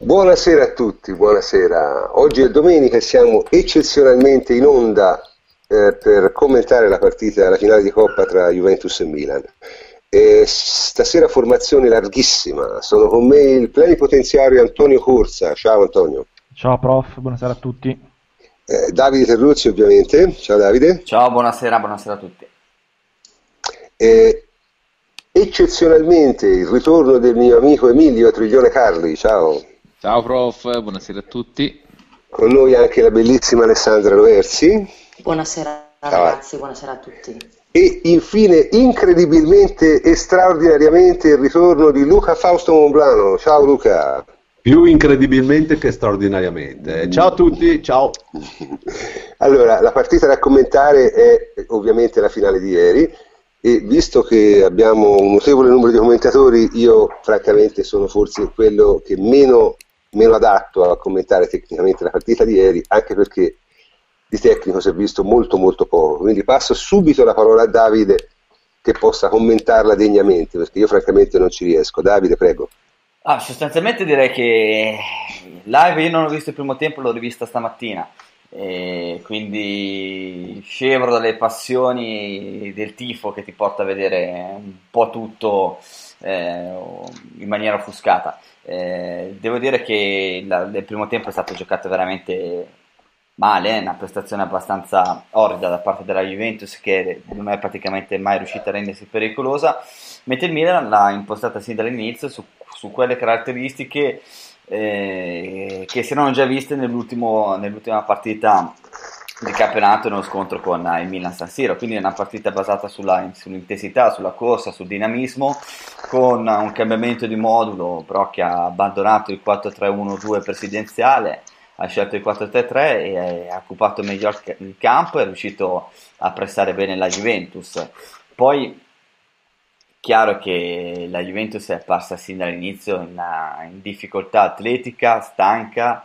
Buonasera a tutti, buonasera. Oggi è domenica e siamo eccezionalmente in onda per commentare la partita, la finale di Coppa tra Juventus e Milan. Stasera formazione larghissima, sono con me il plenipotenziario Antonio Corsa. Ciao Antonio. Ciao prof, buonasera a tutti. Davide Terruzzi ovviamente. Ciao Davide. Ciao, buonasera a tutti. Eccezionalmente il ritorno del mio amico Emilio Triglione Carli. Ciao. Ciao prof, buonasera a tutti. Con noi anche la bellissima Alessandra Roversi. Buonasera ragazzi, buonasera a tutti. E infine, incredibilmente e straordinariamente, il ritorno di Luca Fausto Monblano. Ciao Luca. Più incredibilmente che straordinariamente. Ciao a tutti, ciao. Allora, la partita da commentare è ovviamente la finale di ieri e visto che abbiamo un notevole numero di commentatori, io francamente sono forse quello che meno adatto a commentare tecnicamente la partita di ieri, anche perché di tecnico si è visto molto molto poco, quindi passo subito la parola a Davide che possa commentarla degnamente, perché io francamente non ci riesco. Davide, prego. Sostanzialmente direi che live io non ho visto il primo tempo, l'ho rivista stamattina, quindi scevro dalle passioni del tifo che ti porta a vedere un po' tutto in maniera offuscata. Devo dire che il primo tempo è stato giocato veramente male, una prestazione abbastanza orrida da parte della Juventus che non è praticamente mai riuscita a rendersi pericolosa, mentre il Milan l'ha impostata sin dall'inizio su quelle caratteristiche che si erano già viste nell'ultima partita di campionato nello scontro con il Milan San Siro, quindi è una partita basata sull'intensità, sulla corsa, sul dinamismo, con un cambiamento di modulo però che ha abbandonato il 4-3-1-2 presidenziale, ha scelto il 4-3-3 e ha occupato meglio il campo e è riuscito a pressare bene la Juventus. Poi chiaro che la Juventus è apparsa sin dall'inizio in difficoltà atletica, stanca,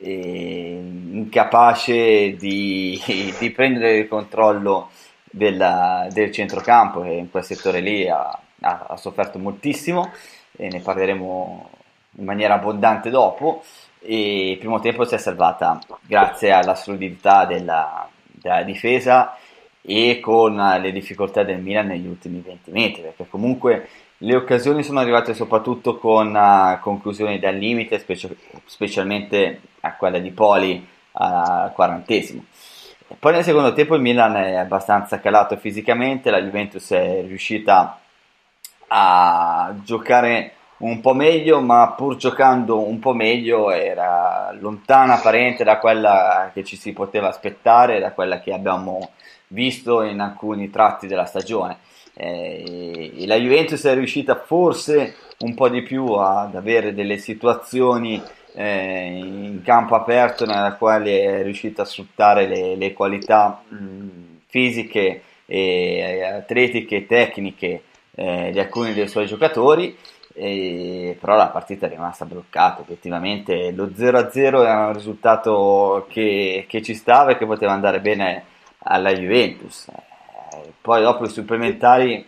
incapace di prendere il controllo del centrocampo, che in quel settore lì ha sofferto moltissimo, e ne parleremo in maniera abbondante dopo. E il primo tempo si è salvata grazie alla solidità della difesa e con le difficoltà del Milan negli ultimi 20 metri, perché comunque le occasioni sono arrivate soprattutto con conclusioni dal limite, specialmente a quella di Poli al 40esimo. E poi nel secondo tempo il Milan è abbastanza calato fisicamente, la Juventus è riuscita a giocare un po' meglio, ma pur giocando un po' meglio era lontana parente da quella che ci si poteva aspettare, da quella che abbiamo visto in alcuni tratti della stagione. E la Juventus è riuscita forse un po' di più ad avere delle situazioni in campo aperto nella quale è riuscita a sfruttare le qualità fisiche e atletiche e tecniche di alcuni dei suoi giocatori. Però la partita è rimasta bloccata. Effettivamente lo 0-0 era un risultato che ci stava e che poteva andare bene alla Juventus. Poi dopo i supplementari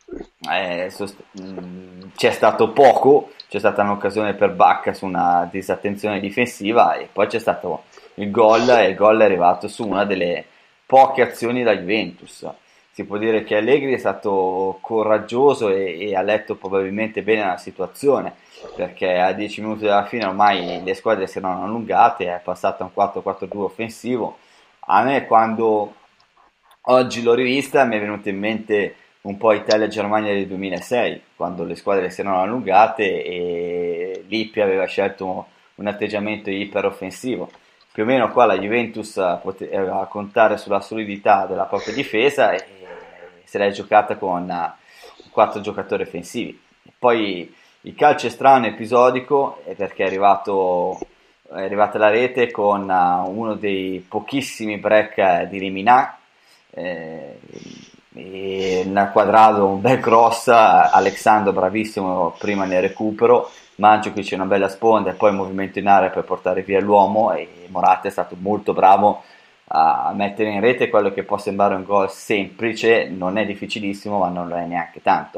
c'è stato poco, c'è stata un'occasione per Bacca su una disattenzione difensiva e poi c'è stato il gol, e il gol è arrivato su una delle poche azioni della Juventus. Si può dire che Allegri è stato coraggioso e ha letto probabilmente bene la situazione, perché a 10 minuti dalla fine ormai le squadre si erano allungate, è passato a un 4-4-2 offensivo. A me, quando oggi l'ho rivista, mi è venuto in mente un po' Italia-Germania del 2006, quando le squadre si erano allungate e Lippi aveva scelto un atteggiamento iperoffensivo. Più o meno qua la Juventus poteva contare sulla solidità della propria difesa e se l'è giocata con 4 giocatori offensivi. Poi il calcio è strano, episodico, perché è arrivata la rete con uno dei pochissimi break di Lemina, e nel quadrato un bel cross, Alexandro bravissimo prima nel recupero, Mandžukić una bella sponda e poi movimento in area per portare via l'uomo, e Morata è stato molto bravo a mettere in rete quello che può sembrare un gol semplice, non è difficilissimo ma non lo è neanche tanto.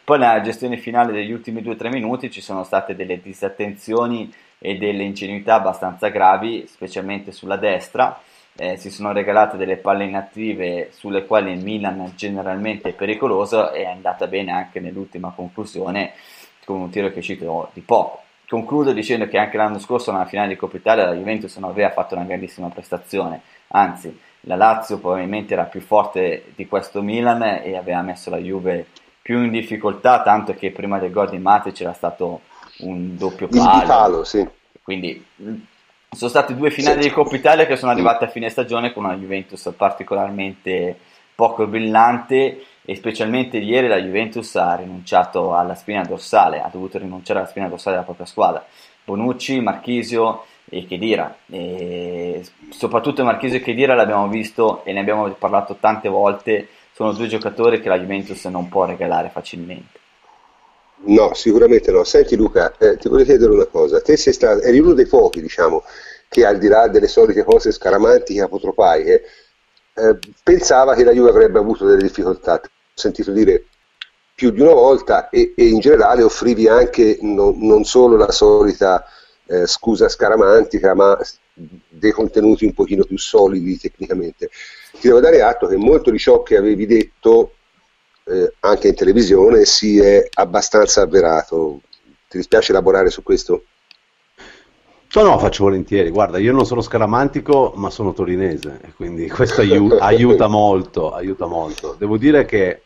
Poi nella gestione finale degli ultimi 2-3 minuti ci sono state delle disattenzioni e delle ingenuità abbastanza gravi, specialmente sulla destra. Si sono regalate delle palle inattive sulle quali il Milan generalmente è pericoloso, e è andata bene anche nell'ultima conclusione con un tiro che è uscito di poco. Concludo dicendo che anche l'anno scorso nella finale di Coppa Italia la Juventus non aveva fatto una grandissima prestazione, anzi la Lazio probabilmente era più forte di questo Milan e aveva messo la Juve più in difficoltà, tanto che prima del gol di Matic c'era stato un doppio palo. Sì. Quindi sono state due finali di Coppa Italia che sono arrivate a fine stagione con una Juventus particolarmente poco brillante, e specialmente ieri la Juventus ha rinunciato alla spina dorsale, ha dovuto rinunciare alla spina dorsale della propria squadra. Bonucci, Marchisio e Khedira, e soprattutto Marchisio e Khedira l'abbiamo visto e ne abbiamo parlato tante volte, sono due giocatori che la Juventus non può regalare facilmente. No, sicuramente no. Senti Luca, ti voglio chiedere una cosa. Te eri uno dei pochi, diciamo, che al di là delle solite cose scaramantiche, apotropaiche, pensava che la Juve avrebbe avuto delle difficoltà. Ho sentito dire più di una volta, e in generale offrivi anche non solo la solita scusa scaramantica, ma dei contenuti un pochino più solidi tecnicamente. Ti devo dare atto che molto di ciò che avevi detto anche in televisione si è abbastanza avverato. Ti dispiace elaborare su questo? No, faccio volentieri. Guarda, io non sono scaramantico, ma sono torinese, quindi questo aiuta molto, aiuta molto. Devo dire che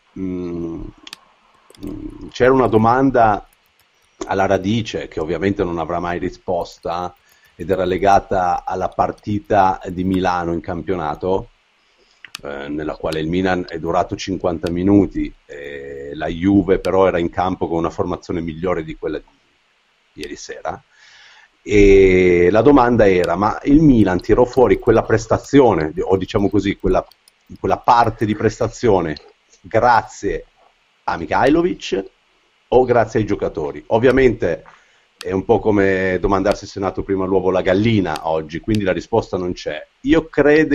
c'era una domanda alla radice che ovviamente non avrà mai risposta, ed era legata alla partita di Milano in campionato, nella quale il Milan è durato 50 minuti, la Juve però era in campo con una formazione migliore di quella di ieri sera, e la domanda era: ma il Milan tirò fuori quella prestazione, o diciamo così, quella parte di prestazione grazie a Mihajlovic o grazie ai giocatori? Ovviamente è un po' come domandarsi se è nato prima l'uovo o la gallina oggi, quindi la risposta non c'è. Io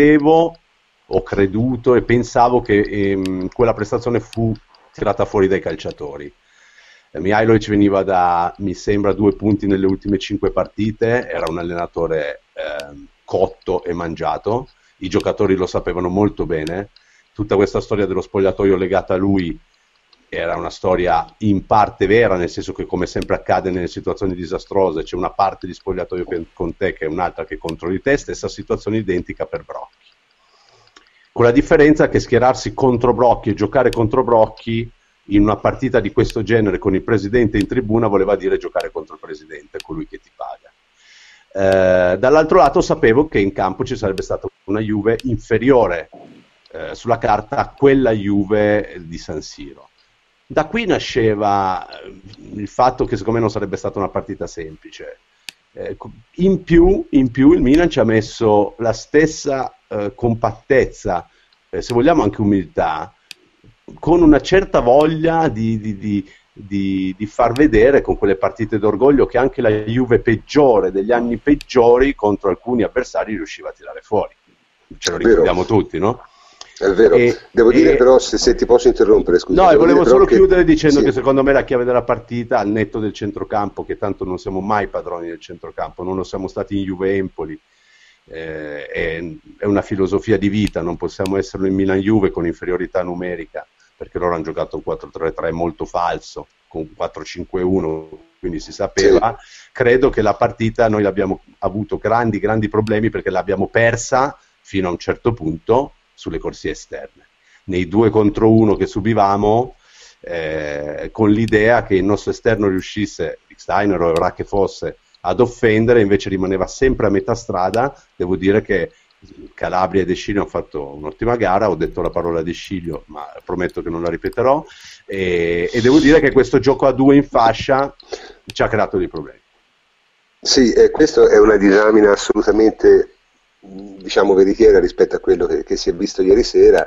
ho creduto e pensavo che quella prestazione fu tirata fuori dai calciatori. Mihajlovic veniva da, mi sembra, 2 punti nelle ultime 5 partite, era un allenatore cotto e mangiato, i giocatori lo sapevano molto bene, tutta questa storia dello spogliatoio legata a lui era una storia in parte vera, nel senso che, come sempre accade nelle situazioni disastrose, c'è una parte di spogliatoio con te che è un'altra che contro di te, stessa situazione identica per Brocchi. Con la differenza che schierarsi contro Brocchi e giocare contro Brocchi in una partita di questo genere con il presidente in tribuna voleva dire giocare contro il presidente, colui che ti paga. Dall'altro lato sapevo che in campo ci sarebbe stata una Juve inferiore sulla carta a quella Juve di San Siro. Da qui nasceva il fatto che secondo me non sarebbe stata una partita semplice. In più il Milan ci ha messo la stessa compattezza, se vogliamo anche umiltà, con una certa voglia di far vedere con quelle partite d'orgoglio che anche la Juve peggiore degli anni peggiori contro alcuni avversari riusciva a tirare fuori. Ce lo ricordiamo tutti, no? È vero. Devo dire però, se ti posso interrompere, scusa. No, e volevo solo chiudere dicendo che secondo me la chiave della partita, al netto del centrocampo, che tanto non siamo mai padroni del centrocampo, non lo siamo stati in Juve Empoli, è una filosofia di vita, non possiamo esserlo in Milan-Juve con inferiorità numerica, perché loro hanno giocato un 4-3-3 molto falso, con 4-5-1, quindi si sapeva. Sì. Credo che la partita noi abbiamo avuto grandi problemi perché l'abbiamo persa fino a un certo punto sulle corsie esterne. Nei 2 contro 1 che subivamo, con l'idea che il nostro esterno riuscisse, Steiner o Evra che fosse, ad offendere, invece rimaneva sempre a metà strada. Devo dire che Calabria e De Sciglio hanno fatto un'ottima gara, ho detto la parola De Sciglio, ma prometto che non la ripeterò, e devo dire che questo gioco a 2 in fascia ci ha creato dei problemi. Sì, questa è una dinamica assolutamente, diciamo, veritiera rispetto a quello che si è visto ieri sera.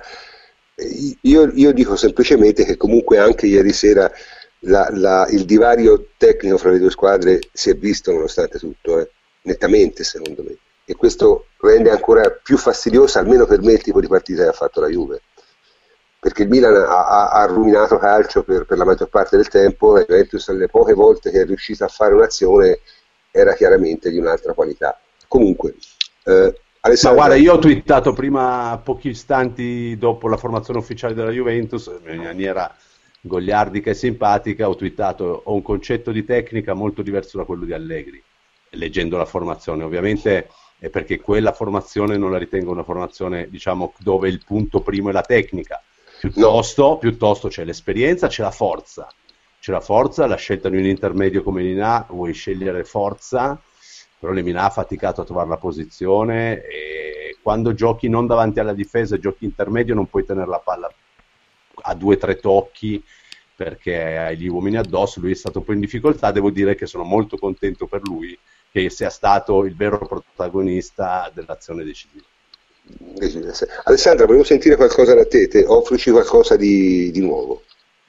Io dico semplicemente che comunque anche ieri sera il divario tecnico fra le due squadre si è visto, nonostante tutto, nettamente, secondo me, e questo rende ancora più fastidioso, almeno per me, il tipo di partita che ha fatto la Juve. perché il Milan ha ruminato calcio per la maggior parte del tempo, la Juventus le poche volte che è riuscita a fare un'azione era chiaramente di un'altra qualità. Comunque, Alessandro... Ma guarda, io ho twittato prima, pochi istanti dopo la formazione ufficiale della Juventus, in maniera goliardica e simpatica, ho twittato: ho un concetto di tecnica molto diverso da quello di Allegri, leggendo la formazione. Ovviamente è perché quella formazione non la ritengo una formazione, diciamo, dove il punto primo è la tecnica, piuttosto c'è l'esperienza, c'è la forza, la scelta di un intermedio come Linà, vuoi scegliere forza, però Lemina ha faticato a trovare la posizione, e quando giochi non davanti alla difesa e giochi intermedio non puoi tenere la palla a 2-3 tocchi perché hai gli uomini addosso. Lui è stato un po' in difficoltà, devo dire che sono molto contento per lui che sia stato il vero protagonista dell'azione decisiva. Alessandra, volevo sentire qualcosa da te, offrici qualcosa di nuovo.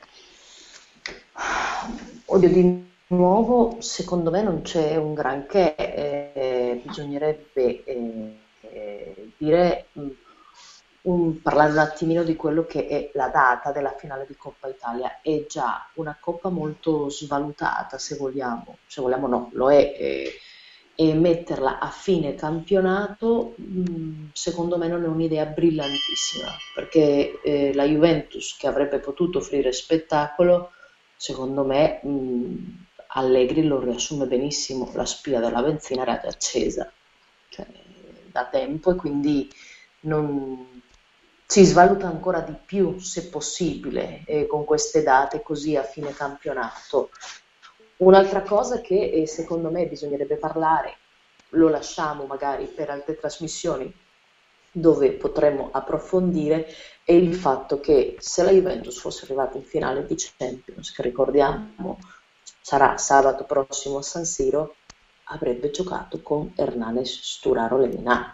Oddio, di nuovo secondo me non c'è un granché, bisognerebbe dire, parlare un attimino di quello che è la data della finale di Coppa Italia. È già una coppa molto svalutata, se vogliamo no, lo è, e metterla a fine campionato secondo me non è un'idea brillantissima, perché la Juventus, che avrebbe potuto offrire spettacolo, secondo me Allegri lo riassume benissimo: la spia della benzina era già accesa, cioè, da tempo, e quindi non si svaluta ancora di più, se possibile, con queste date così a fine campionato. Un'altra cosa che secondo me bisognerebbe parlare, lo lasciamo magari per altre trasmissioni dove potremmo approfondire, è il fatto che se la Juventus fosse arrivata in finale di Champions, che ricordiamo sarà sabato prossimo a San Siro, avrebbe giocato con Hernanes, Sturaro, Lemina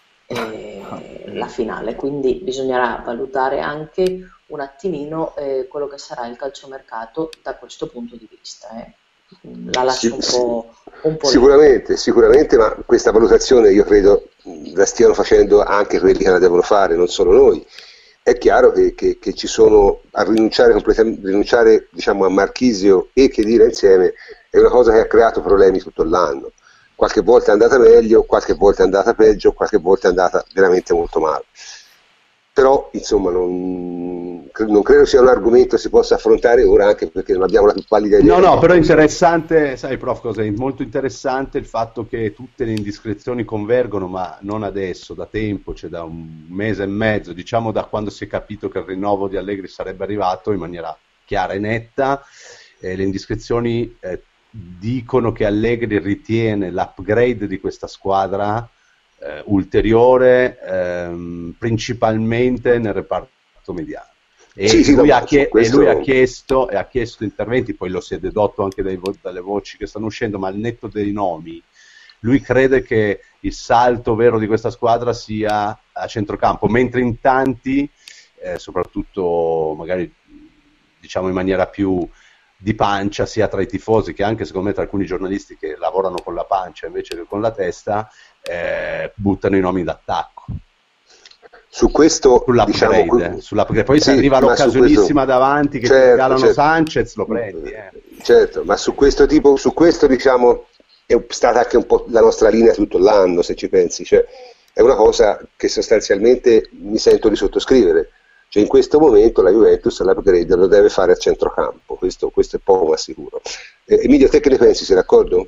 la finale, quindi bisognerà valutare anche un attimino quello che sarà il calciomercato da questo punto di vista. La lascio un po' sicuramente, ma questa valutazione io credo la stiano facendo anche quelli che la devono fare, non solo noi. È chiaro che ci sono, a rinunciare diciamo a Marchisio e Khedira insieme è una cosa che ha creato problemi tutto l'anno. Qualche volta è andata meglio, qualche volta è andata peggio, qualche volta è andata veramente molto male. Però insomma non credo sia un argomento che si possa affrontare ora, anche perché non abbiamo la più pallida idea. No, però è interessante, sai prof cosa è molto interessante, il fatto che tutte le indiscrezioni convergono, ma non adesso, da tempo, cioè da un mese e mezzo, diciamo da quando si è capito che il rinnovo di Allegri sarebbe arrivato in maniera chiara e netta. Le indiscrezioni dicono che Allegri ritiene l'upgrade di questa squadra ulteriore, principalmente nel reparto mediano, e lui ha chiesto interventi, poi lo si è dedotto anche dalle voci che stanno uscendo, ma al netto dei nomi lui crede che il salto vero di questa squadra sia a centrocampo, mentre in tanti, soprattutto magari diciamo in maniera più di pancia, sia tra i tifosi che anche secondo me tra alcuni giornalisti che lavorano con la pancia invece che con la testa, buttano i nomi d'attacco. Su questo sull'upgrade. Poi se arriva l'occasionissima davanti che ti regalano Sanchez, lo prendi. Certo, ma su questo diciamo è stata anche un po' la nostra linea tutto l'anno, se ci pensi, cioè è una cosa che sostanzialmente mi sento di sottoscrivere. Cioè in questo momento la Juventus l'upgrade lo deve fare a centrocampo, questo è poco ma sicuro. Emilio, te che ne pensi, sei d'accordo?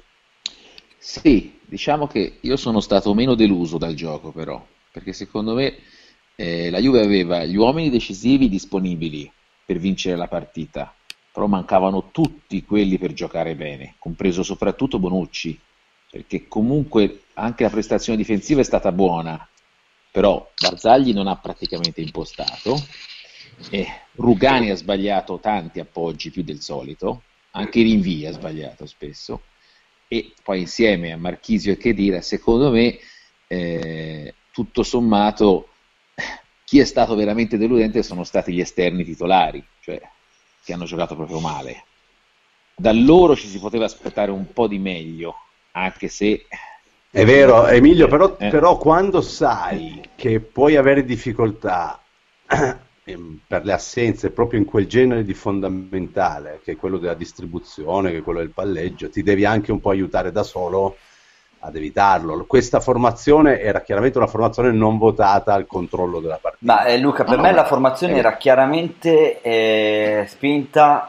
Sì, diciamo che io sono stato meno deluso dal gioco però, perché secondo me la Juve aveva gli uomini decisivi disponibili per vincere la partita, però mancavano tutti quelli per giocare bene, compreso soprattutto Bonucci, perché comunque anche la prestazione difensiva è stata buona, però Barzagli non ha praticamente impostato, e Rugani ha sbagliato tanti appoggi più del solito, anche i rinvii ha sbagliato spesso, e poi insieme a Marchisio e Khedira secondo me tutto sommato chi è stato veramente deludente sono stati gli esterni titolari, cioè che hanno giocato proprio male. Da loro ci si poteva aspettare un po' di meglio, anche se è vero Emilio, però quando sai che puoi avere difficoltà per le assenze proprio in quel genere di fondamentale, che è quello della distribuzione, che è quello del palleggio, ti devi anche un po' aiutare da solo ad evitarlo. Questa formazione era chiaramente una formazione non votata al controllo della partita. Ma Luca, per me la formazione era chiaramente spinta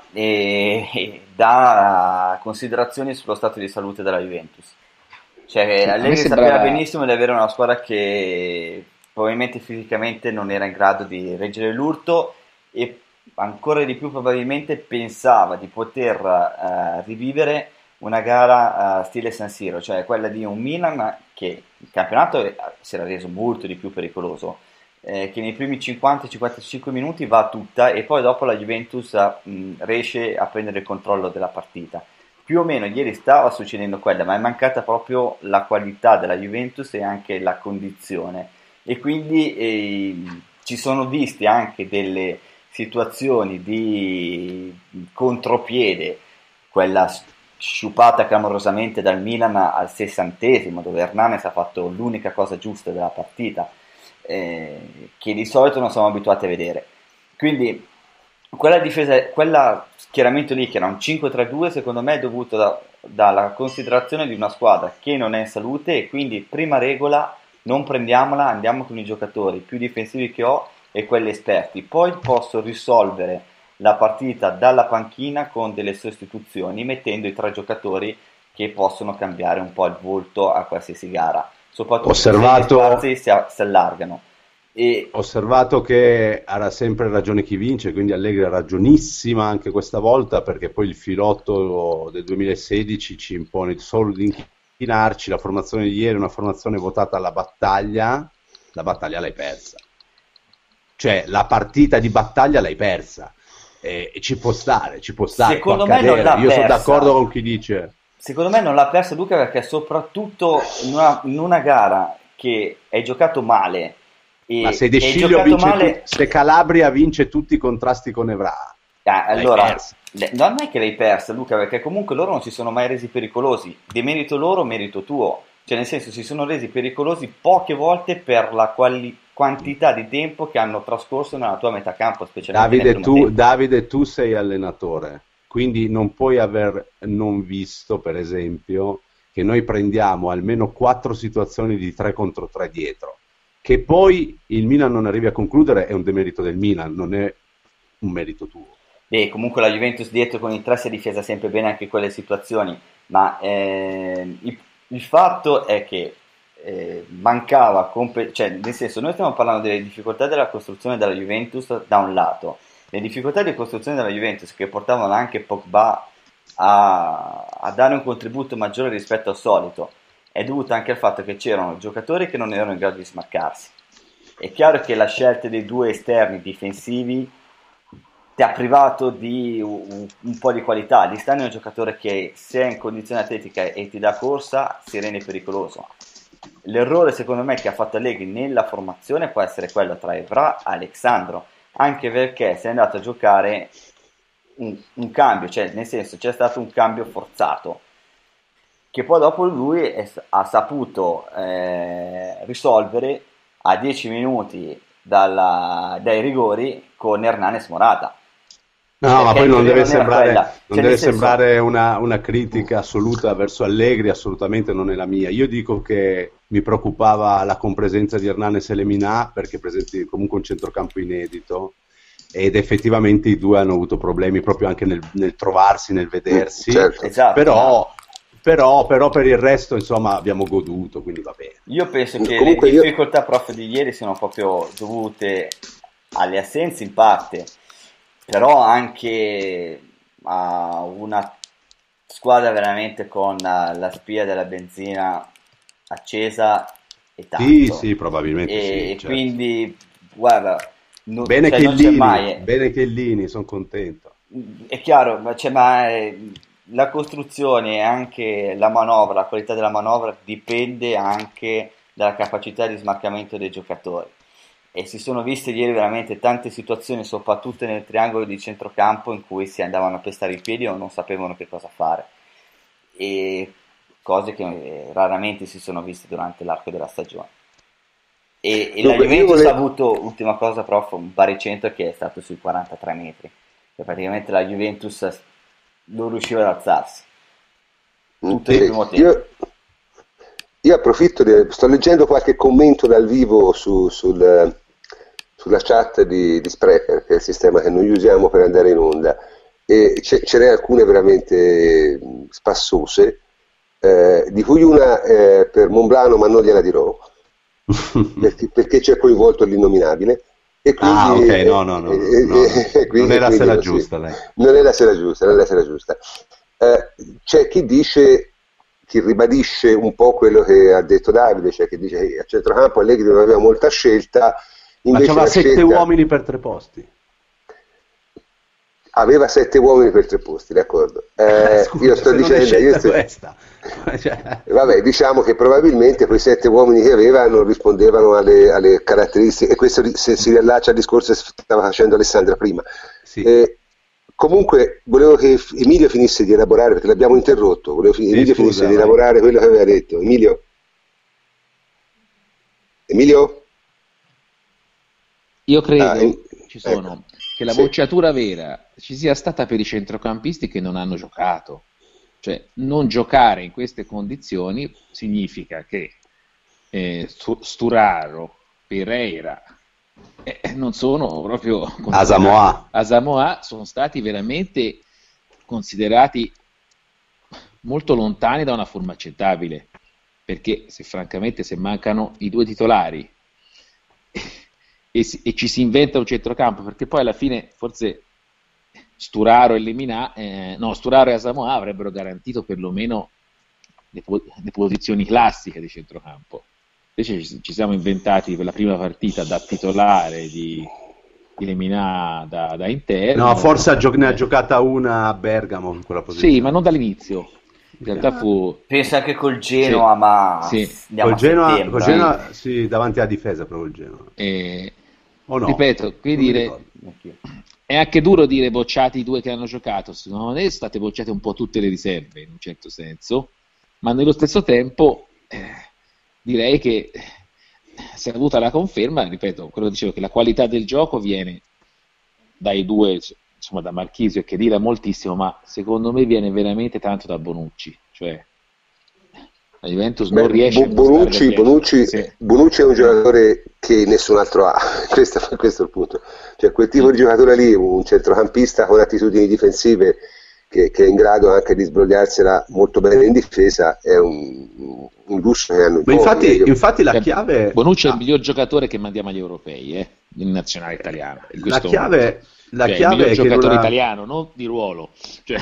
da considerazioni sullo stato di salute della Juventus. Cioè, Sì, a me Allegri sembra... sapeva benissimo di avere una squadra che probabilmente fisicamente non era in grado di reggere l'urto e ancora di più probabilmente pensava di poter rivivere una gara stile San Siro, cioè quella di un Milan che il campionato si era reso molto di più pericoloso, che nei primi 50-55 minuti va tutta e poi dopo la Juventus riesce a prendere il controllo della partita. Più o meno ieri stava succedendo quella, ma è mancata proprio la qualità della Juventus e anche la condizione. E quindi ci sono viste anche delle situazioni di contropiede, quella sciupata clamorosamente dal Milan al 60esimo, dove Hernanes ha fatto l'unica cosa giusta della partita, che di solito non siamo abituati a vedere. Quindi quella difesa, quella schieramento lì che era un 5-3-2, secondo me è dovuto dalla considerazione di una squadra che non è in salute e quindi prima regola non prendiamola, andiamo con i giocatori più difensivi che ho e quelli esperti, poi posso risolvere la partita dalla panchina con delle sostituzioni mettendo i 3 giocatori che possono cambiare un po' il volto a qualsiasi gara, soprattutto se gli spazi si allargano. Osservato che era sempre ragione chi vince, quindi Allegri ha ragionissima anche questa volta, perché poi il filotto del 2016 ci impone solo di inchinarci. La formazione di ieri è una formazione votata alla battaglia, la battaglia l'hai persa, cioè la partita di battaglia l'hai persa, e ci può stare, secondo me non l'ha io persa. Sono d'accordo con chi dice secondo me non l'ha persa Luca, perché soprattutto in una gara che hai giocato male. Ma se De Sciglio vince male... se Calabria vince tutti i contrasti con Evra, allora non è che l'hai persa Luca, perché comunque loro non si sono mai resi pericolosi, di merito loro, merito tuo, cioè nel senso si sono resi pericolosi poche volte per la quantità di tempo che hanno trascorso nella tua metà campo, specialmente Davide, tu sei allenatore, quindi non puoi aver non visto, per esempio, che noi prendiamo almeno 4 situazioni di 3 contro 3 dietro. Che poi il Milan non arrivi a concludere è un demerito del Milan, non è un merito tuo. E comunque la Juventus dietro con i 3 si è difesa sempre bene anche in quelle situazioni, ma il fatto è che mancava, cioè nel senso noi stiamo parlando delle difficoltà della costruzione della Juventus da un lato, le difficoltà di costruzione della Juventus che portavano anche Pogba a dare un contributo maggiore rispetto al solito è dovuta anche al fatto che c'erano giocatori che non erano in grado di smarcarsi. È chiaro che la scelta dei 2 esterni difensivi ti ha privato di un po' di qualità. Di Stani è un giocatore che se è in condizione atletica e ti dà corsa si rende pericoloso. L'errore secondo me che ha fatto Allegri nella formazione può essere quello tra Evra e Alexandro, anche perché si è andato a giocare un cambio, cioè nel senso c'è stato un cambio forzato che poi dopo lui ha saputo risolvere a 10 minuti dai rigori con Hernanes Morata. No, ma poi non deve sembrare una critica assoluta verso Allegri, assolutamente non è la mia. Io dico che mi preoccupava la compresenza di Hernanes e Lemina, perché presenti comunque un centrocampo inedito, ed effettivamente i 2 hanno avuto problemi proprio anche nel trovarsi, nel vedersi, certo. Esatto, però per il resto insomma abbiamo goduto, quindi va bene. Io penso che le difficoltà prof di ieri siano proprio dovute alle assenze in parte, però anche a una squadra veramente con la spia della benzina accesa e tanto. Sì, probabilmente sì. E certo. quindi guarda, bene Chiellini, sono contento. È chiaro, ma la costruzione e anche la manovra, la qualità della manovra dipende anche dalla capacità di smarcamento dei giocatori. E si sono viste ieri veramente tante situazioni, soprattutto nel triangolo di centrocampo, in cui si andavano a pestare i piedi o non sapevano che cosa fare. E cose che raramente si sono viste durante l'arco della stagione. E la Dunque, Juventus ha avuto, ultima cosa, prof, un baricentro che è stato sui 43 metri. Cioè, praticamente la Juventus non riusciva ad alzarsi tutto il primo tempo. Io approfitto, sto leggendo qualche commento dal vivo sulla chat di Spreaker, che è il sistema che noi usiamo per andare in onda, e ce n'è alcune veramente spassose, di cui una per Monblano, ma non gliela dirò, perché c'è coinvolto l'innominabile. E quindi, ok, no. Non è la sera giusta, dai. Non è la sera giusta. C'è chi dice, chi ribadisce un po' quello che ha detto Davide, cioè che dice che a centrocampo Allegri non aveva molta scelta, invece ma c'aveva 7 uomini per 3 posti. Aveva 7 uomini per 3 posti, d'accordo. Scusa, io sto dicendo, questa. Vabbè, diciamo che probabilmente quei 7 uomini che aveva non rispondevano alle caratteristiche, e questo si riallaccia al discorso che stava facendo Alessandra prima. Sì. Comunque volevo che Emilio finisse di elaborare, perché l'abbiamo interrotto, Emilio finisse di elaborare quello che aveva detto. Emilio? Io credo ecco. che la bocciatura vera ci sia stata per i centrocampisti che non hanno giocato. Cioè, non giocare in queste condizioni significa che Sturaro, Pereira, non sono proprio Asamoah sono stati veramente considerati molto lontani da una forma accettabile, perché francamente se mancano i 2 titolari e ci si inventa un centrocampo, perché poi alla fine forse Sturaro e Asamoah avrebbero garantito perlomeno le posizioni classiche di centrocampo. Invece ci siamo inventati per la prima partita da titolare di Lemina da interno. No, forse ne ha giocata una a Bergamo in quella posizione. Sì, ma non dall'inizio. In realtà pensa che col Genoa, sì, ma sì. Col Genoa sì, davanti alla difesa proprio il Genoa. No? Ripeto, quindi è anche duro dire bocciati i 2 che hanno giocato. Secondo me state bocciate un po' tutte le riserve in un certo senso, ma nello stesso tempo direi che si è avuta la conferma, ripeto, quello che dicevo, che la qualità del gioco viene dai 2, insomma da Marchisio, e che dirà moltissimo, ma secondo me viene veramente tanto da Bonucci, cioè la Juventus non riesce a Bonucci è un giocatore che nessun altro ha. questo è il punto, cioè quel tipo di giocatore lì, un centrocampista con attitudini difensive che è in grado anche di sbrogliarsela molto bene in difesa, è un lusso che hanno infatti la chiave, Bonucci è il miglior giocatore che mandiamo agli europei, in nazionale italiana, la chiave il miglior giocatore italiano, non di ruolo, cioè.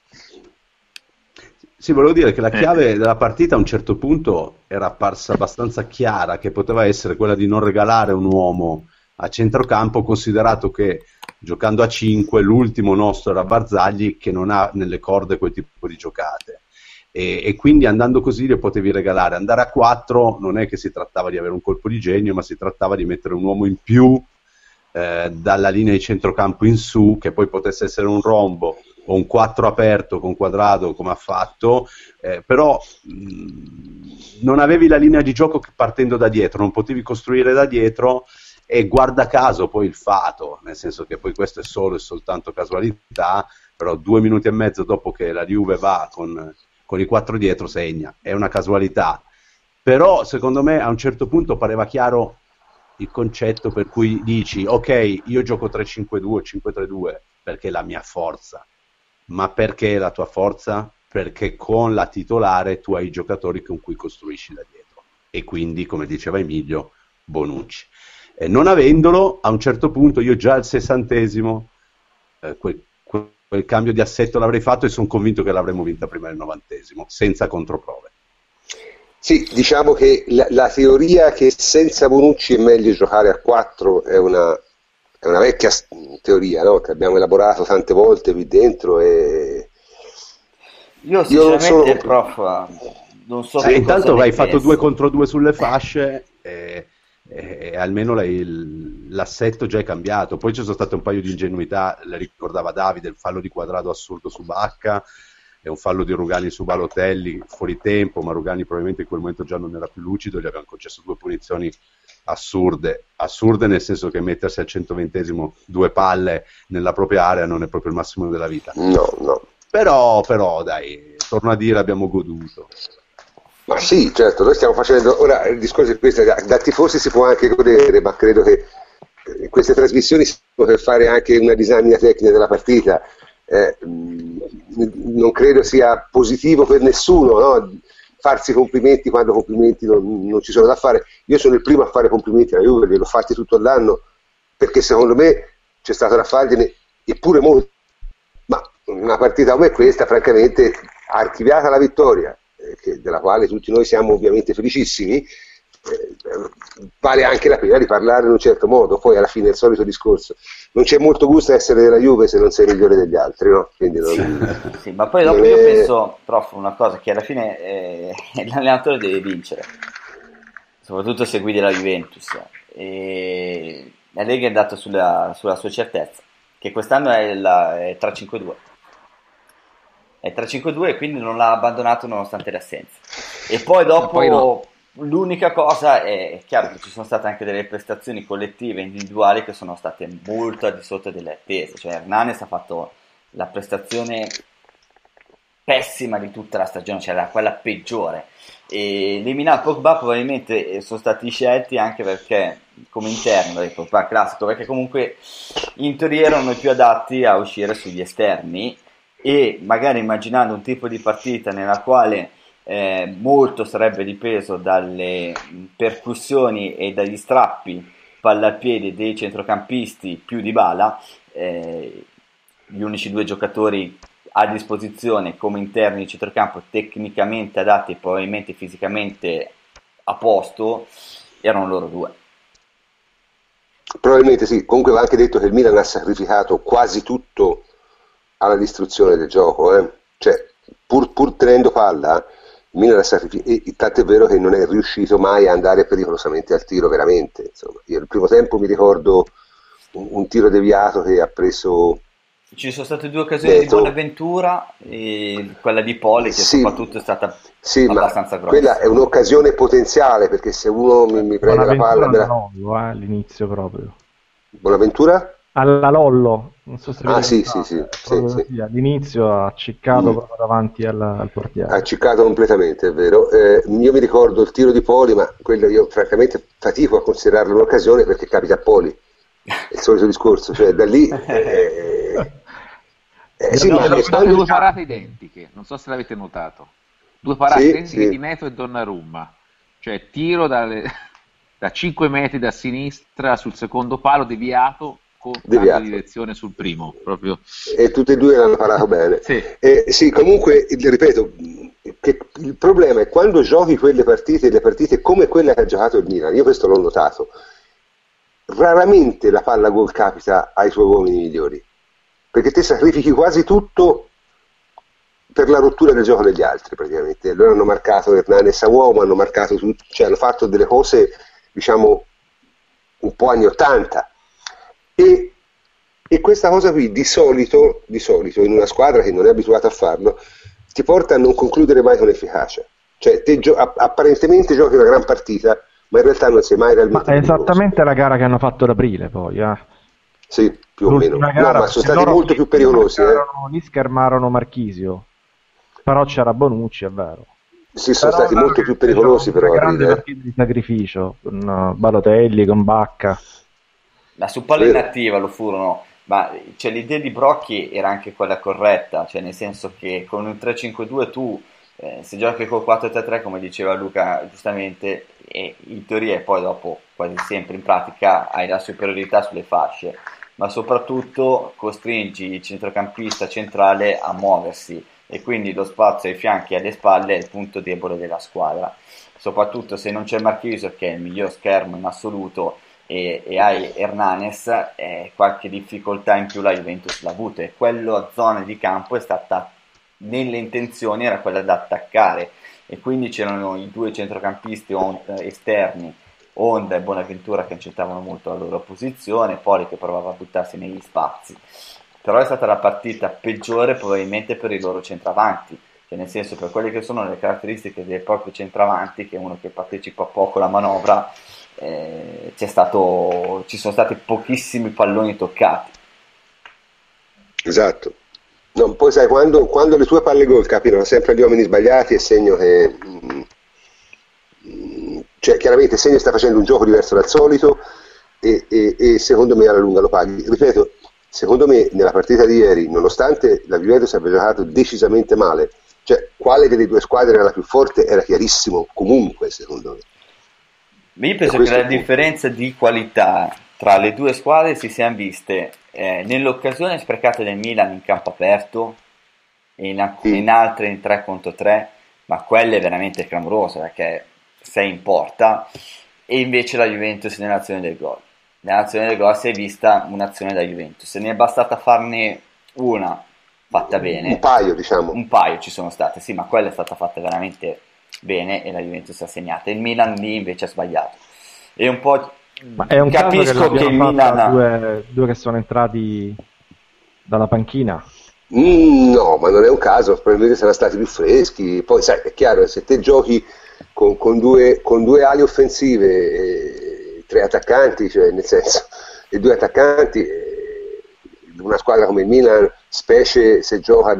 Sì, volevo dire che la chiave della partita a un certo punto era apparsa abbastanza chiara, che poteva essere quella di non regalare un uomo a centrocampo, considerato che giocando a 5 l'ultimo nostro era Barzagli, che non ha nelle corde quel tipo di giocate, e quindi andando così le potevi regalare. Andare a 4 non è che si trattava di avere un colpo di genio, ma si trattava di mettere un uomo in più dalla linea di centrocampo in su, che poi potesse essere un rombo o un 4 aperto con Quadrado come ha fatto, però non avevi la linea di gioco partendo da dietro, non potevi costruire da dietro, e guarda caso poi il fato, nel senso che poi questo è solo e soltanto casualità, però 2 minuti e mezzo dopo che la Juve va con i 4 dietro segna, è una casualità, però secondo me a un certo punto pareva chiaro il concetto per cui dici ok, io gioco 3-5-2, 5-3-2 perché è la mia forza. Ma perché è la tua forza? Perché con la titolare tu hai i giocatori con cui costruisci da dietro, e quindi, come diceva Emilio, Bonucci. Non avendolo, a un certo punto io già al 60esimo quel cambio di assetto l'avrei fatto, e sono convinto che l'avremmo vinta prima del 90esimo, senza controprove. Sì, diciamo che la teoria che senza Bonucci è meglio giocare a 4 è una vecchia teoria, no? Che abbiamo elaborato tante volte qui dentro, e io sinceramente, prof, non so che intanto hai fatto 2 contro 2 sulle fasce, e almeno l'assetto già è cambiato. Poi ci sono state un paio di ingenuità, le ricordava Davide, il fallo di Quadrado assurdo su Bacca, e un fallo di Rugani su Balotelli fuori tempo, ma Rugani probabilmente in quel momento già non era più lucido, gli avevano concesso 2 punizioni assurde nel senso che mettersi al 120esimo 2 palle nella propria area non è proprio il massimo della vita. No. Però dai, torno a dire, abbiamo goduto. Ma sì, certo, noi stiamo facendo, ora il discorso è questo, da tifosi si può anche godere, ma credo che in queste trasmissioni si può fare anche una disamina tecnica della partita, non credo sia positivo per nessuno, no? Farsi complimenti quando complimenti non ci sono da fare. Io sono il primo a fare complimenti alla Juve, li ho fatti tutto l'anno, perché secondo me c'è stato da fargliene eppure molto, ma una partita come questa francamente archiviata la vittoria, della quale tutti noi siamo ovviamente felicissimi, vale anche la pena di parlare in un certo modo. Poi alla fine è il solito discorso, non c'è molto gusto a essere della Juve se non sei migliore degli altri, no? Quindi sì, ma poi dopo io penso, prof, una cosa, che alla fine l'allenatore deve vincere, soprattutto se guidi la Juventus, e la Lega è andata sulla sua certezza, che quest'anno è 3-5-2, è 3-5-2 e quindi non l'ha abbandonato nonostante le assenze. E poi dopo l'unica cosa è chiaro che ci sono state anche delle prestazioni collettive e individuali che sono state molto al di sotto delle attese, cioè Hernanes ha fatto la prestazione pessima di tutta la stagione, cioè era quella peggiore, e Lemina e Pogba probabilmente sono stati scelti anche perché come interno del Pogba classico, perché comunque in teoria erano i più adatti a uscire sugli esterni, e magari immaginando un tipo di partita nella quale molto sarebbe dipeso dalle percussioni e dagli strappi palla al piede dei centrocampisti più Dybala, gli unici 2 giocatori a disposizione come interni di centrocampo tecnicamente adatti e probabilmente fisicamente a posto erano loro 2. Probabilmente sì, comunque va anche detto che il Milan ha sacrificato quasi tutto alla distruzione del gioco, cioè pur tenendo palla il Milan ha sacrificato, e tanto è vero che non è riuscito mai a andare pericolosamente al tiro veramente, insomma. Io il primo tempo mi ricordo un tiro deviato che ha preso, ci sono state 2 occasioni di Bonaventura e quella di Poli che sì, soprattutto è stata ma abbastanza grossa. quella è un'occasione potenziale, perché se uno mi prende la palla Lollo, all'inizio proprio Bonaventura? Alla Lollo, non so se sì, all'inizio ha acciccato proprio davanti al portiere, ha acciccato completamente, è vero. Io mi ricordo il tiro di Poli, ma quello io francamente fatico a considerarlo un'occasione perché capita a Poli, è il solito discorso, cioè da lì sì, ma sono state 2 parate identiche, non so se l'avete notato, 2 parate identiche di Neto e Donnarumma, cioè tiro da 5 metri da sinistra sul secondo palo deviato con tanta direzione sul primo proprio. E tutte e 2 l'hanno parato bene. Sì, comunque ripeto che il problema è quando giochi le partite come quella che ha giocato il Milan, io questo l'ho notato, raramente la palla gol capita ai tuoi uomini migliori, perché te sacrifichi quasi tutto per la rottura del gioco degli altri praticamente. Loro hanno marcato Hernanes a uomo, hanno marcato tutto, cioè hanno fatto delle cose diciamo un po' anni 80, e questa cosa qui di solito in una squadra che non è abituata a farlo ti porta a non concludere mai con efficacia, cioè te apparentemente giochi una gran partita ma in realtà non sei mai realmente ma è esattamente la gara che hanno fatto ad aprile poi sì, più o meno, gara, no, ma sono stati molto più pericolosi, lì schermarono Marchisio, però c'era Bonucci, è vero. Sì, sono stati molto più pericolosi, però grande partita di sacrificio con Balotelli, con Bacca. La su palla inattiva lo furono, ma cioè, l'idea di Brocchi era anche quella corretta, cioè nel senso che con un 3-5-2 tu se giochi col 4-3-3 come diceva Luca giustamente, in teoria e poi dopo quasi sempre in pratica hai la superiorità sulle fasce, ma soprattutto costringi il centrocampista centrale a muoversi e quindi lo spazio ai fianchi e alle spalle è il punto debole della squadra, soprattutto se non c'è Marchisio che è il miglior schermo in assoluto e hai Hernanes, qualche difficoltà in più la Juventus l'ha avuta, e quello a zona di campo è stata, nelle intenzioni era quella da attaccare, e quindi c'erano i 2 centrocampisti esterni, Honda e Bonaventura, che accettavano molto la loro posizione, Poli che provava a buttarsi negli spazi, però è stata la partita peggiore probabilmente per i loro centravanti, cioè nel senso, per quelle che sono le caratteristiche del proprio centravanti, che è uno che partecipa poco alla manovra, ci sono stati pochissimi palloni toccati. Esatto. No, poi sai, quando le tue palle gol capitano sempre agli uomini sbagliati, è segno che cioè, chiaramente il segno sta facendo un gioco diverso dal solito e secondo me alla lunga lo paghi. Ripeto, secondo me nella partita di ieri, nonostante la Juventus abbia giocato decisamente male, cioè quale delle due squadre era la più forte era chiarissimo comunque, secondo me. Io penso che la differenza di qualità tra le due squadre si siano viste nell'occasione sprecata del Milan in campo aperto e in altre in 3 contro 3, ma quella è veramente clamorosa perché sei in porta, e invece la Juventus nell'azione del gol. Nell'azione del gol si è vista un'azione da Juventus, se ne è bastata farne una fatta bene. Un paio, diciamo. Un paio ci sono state, sì, ma quella è stata fatta veramente bene e la Juventus ha segnato. Il Milan lì invece ha sbagliato. E un po' ma è un capisco che il Milan due che sono entrati dalla panchina. No, ma non è un caso, probabilmente saranno stati più freschi. Poi sai, è chiaro, se te giochi con due ali offensive, 3 attaccanti, cioè nel senso, e 2 attaccanti, una squadra come il Milan, specie se gioca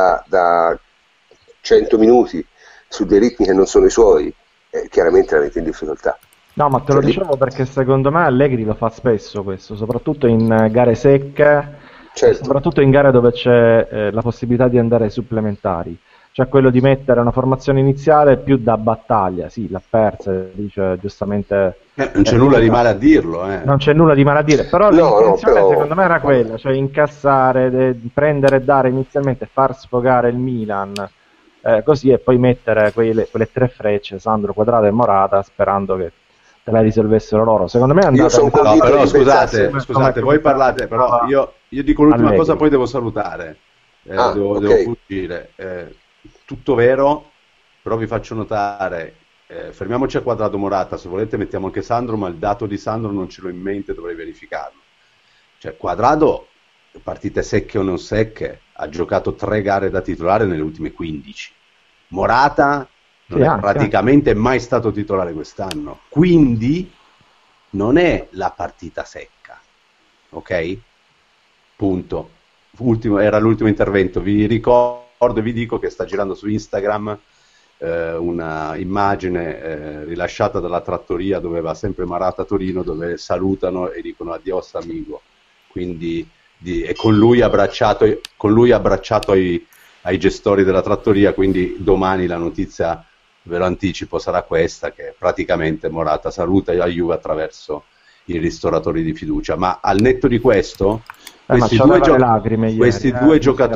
da 100 minuti su dei ritmi che non sono i suoi, chiaramente la mette in difficoltà. No, ma te lo dicevo perché secondo me Allegri lo fa spesso questo, soprattutto in gare secche, Certo. soprattutto in gare dove c'è la possibilità di andare ai supplementari. Cioè quello di mettere una formazione iniziale più da battaglia, sì, l'ha persa, dice giustamente. Non c'è nulla di male a dirlo. Non c'è nulla di male a dire, però No, l'intenzione però secondo me era quella, cioè incassare, prendere e dare inizialmente, far sfogare il Milan, così, e poi mettere quelle 3 frecce, Sandro, Quadrato e Morata, sperando che te la risolvessero loro. Secondo me è andata. Io sono No, convinto però di scusate, voi parlate, però io dico l'ultima Allegri. cosa, poi devo salutare. Devo ok. fuggire. Tutto vero, però vi faccio notare, fermiamoci a Quadrato Morata, se volete mettiamo anche Sandro, ma il dato di Sandro non ce l'ho in mente, dovrei verificarlo. Cioè Quadrato, partite secche o non secche, ha giocato 3 gare da titolare nelle ultime 15. Morata non Sì, è anche. praticamente mai stato titolare quest'anno, quindi non è la partita secca, ok? Punto. Era l'ultimo intervento. Vi ricordo e vi dico che sta girando su Instagram una immagine rilasciata dalla trattoria dove va sempre Marata a Torino, dove salutano e dicono adios amigo, quindi e con lui abbracciato ai gestori della trattoria, quindi domani la notizia, ve lo anticipo, sarà questa, che praticamente Morata saluta la Juve attraverso i ristoratori di fiducia. Ma al netto di questo, questi due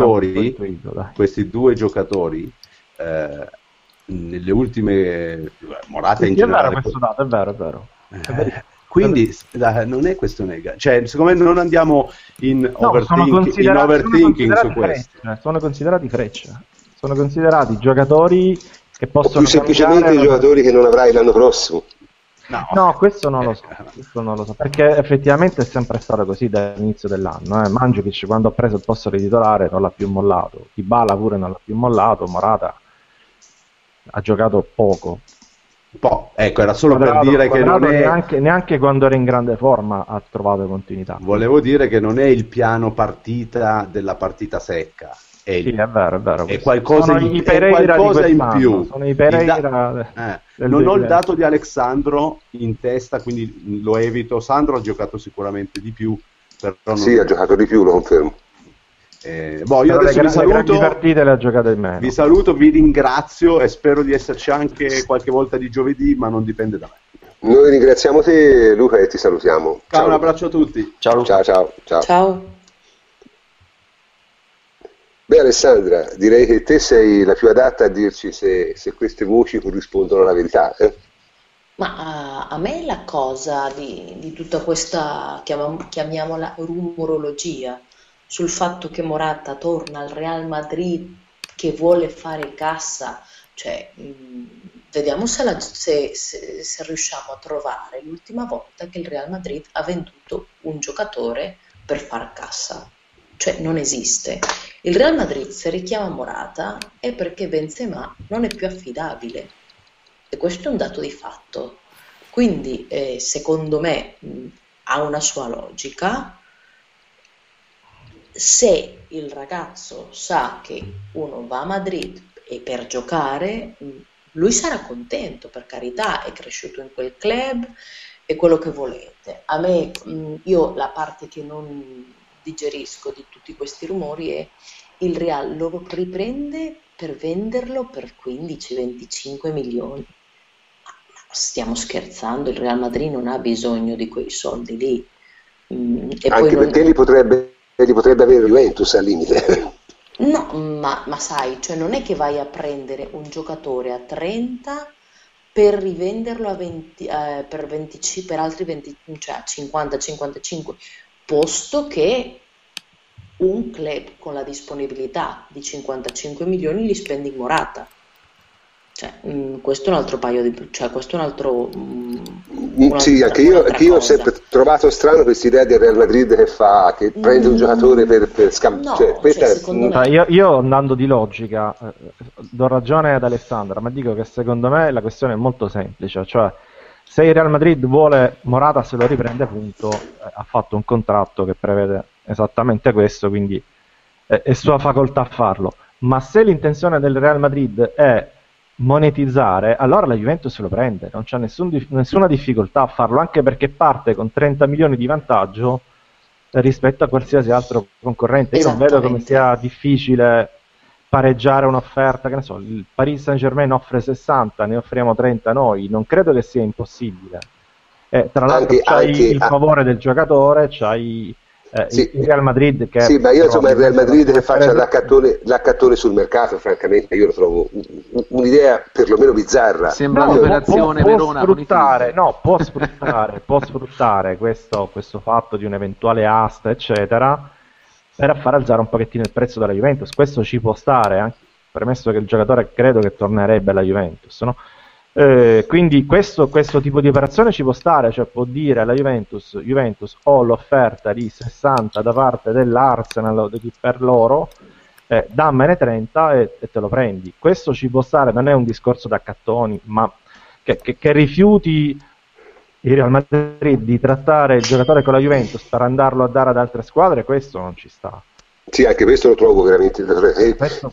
giocatori nelle ultime, Morata in generale, questo dato, è vero. quindi non è questione, cioè secondo me non andiamo in overthinking su questo. Sono considerati frecce, sono considerati giocatori che possono, o più semplicemente i giocatori che non avrai l'anno prossimo. No, questo non lo so, perché effettivamente è sempre stato così dall'inizio dell'anno. Mandzukic, quando ha preso il posto di titolare, non l'ha più mollato, Dybala pure non l'ha più mollato, Morata ha giocato poco. Ecco, era solo per dire che non è neanche quando era in grande forma ha trovato continuità. Volevo dire che non è il piano partita della partita secca. Sì, è vero. È qualcosa in più. Sono i Pereira non ho il dato di Alexandro in testa, quindi lo evito. Sandro ha giocato sicuramente di più. Però sì, ha giocato di più, lo confermo. Io adesso vi saluto. Partite le ha giocate in meno. Vi saluto, vi ringrazio e spero di esserci anche qualche volta di giovedì, ma non dipende da me. Noi ringraziamo te, Luca, e ti salutiamo. Ciao, un abbraccio a tutti. Ciao Luca. Ciao. Beh, Alessandra, direi che te sei la più adatta a dirci se queste voci corrispondono alla verità. Ma a me la cosa di tutta questa, chiamiamola rumorologia, sul fatto che Morata torna al Real Madrid, che vuole fare cassa, cioè vediamo se riusciamo a trovare l'ultima volta che il Real Madrid ha venduto un giocatore per far cassa. cioè non esiste. Il Real Madrid se richiama Morata è perché Benzema non è più affidabile e questo è un dato di fatto. Quindi secondo me ha una sua logica. Se il ragazzo sa che uno va a Madrid e per giocare, lui sarà contento, per carità, è cresciuto in quel club e quello che volete. A me, io la parte che non digerisco di tutti questi rumori è il Real lo riprende per venderlo per 15-25 milioni. Ma stiamo scherzando, il Real Madrid non ha bisogno di quei soldi lì. E anche poi perché li potrebbe avere Juventus al limite. no, ma sai, cioè non è che vai a prendere un giocatore a 30 per rivenderlo a 20, per 25, per altri 20, cioè 50-55, posto che un club con la disponibilità di 55 milioni li spendi in Morata. Cioè, questo è un altro paio di... cioè questo è un altro... Sì, anche io ho sempre trovato strano questa idea del Real Madrid che prende un giocatore per scambiare. No, cioè, secondo me... Io andando di logica do ragione ad Alessandra, ma dico che secondo me la questione è molto semplice, cioè se il Real Madrid vuole Morata se lo riprende, punto, ha fatto un contratto che prevede esattamente questo, quindi è sua facoltà farlo, ma se l'intenzione del Real Madrid è monetizzare, allora la Juventus lo prende, non c'è nessuna difficoltà a farlo, anche perché parte con 30 milioni di vantaggio rispetto a qualsiasi altro concorrente. Io non vedo come sia difficile pareggiare un'offerta, che ne so, il Paris Saint-Germain offre 60, ne offriamo 30 noi, non credo che sia impossibile. Tra l'altro c'hai il favore del giocatore, c'hai sì, il Real Madrid che... Sì, ma io insomma il Real Madrid che faccia l'accattone sul mercato, francamente io lo trovo un'idea perlomeno bizzarra. Sembra un'operazione Verona. Può sfruttare questo fatto di un eventuale asta, eccetera, per far alzare un pochettino il prezzo della Juventus. Questo ci può stare, anche premesso che il giocatore credo che tornerebbe alla Juventus, no? Quindi questo tipo di operazione ci può stare, cioè può dire alla Juventus ho l'offerta di 60 da parte dell'Arsenal per loro, dammene 30 e te lo prendi. Questo ci può stare, non è un discorso da cattoni, ma che rifiuti il Real Madrid di trattare il giocatore con la Juventus per andarlo a dare ad altre squadre, questo non ci sta. Sì, anche questo lo trovo veramente bizzarro.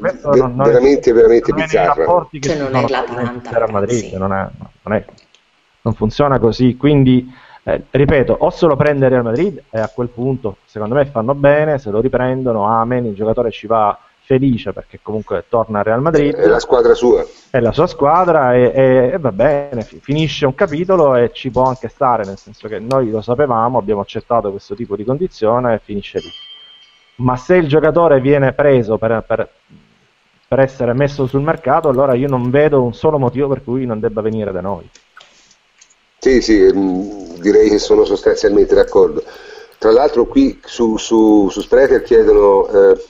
Cioè non è l'Atalanta, Madrid, non funziona così, quindi ripeto, o se lo prende Real Madrid e a quel punto secondo me fanno bene, se lo riprendono, amen, il giocatore ci va felice perché comunque torna al Real Madrid, è la squadra sua, è la sua squadra e va bene, finisce un capitolo e ci può anche stare, nel senso che noi lo sapevamo, abbiamo accettato questo tipo di condizione e finisce lì. Ma se il giocatore viene preso per essere messo sul mercato, allora io non vedo un solo motivo per cui non debba venire da noi. Sì, direi che sono sostanzialmente d'accordo. Tra l'altro qui su Spreaker chiedono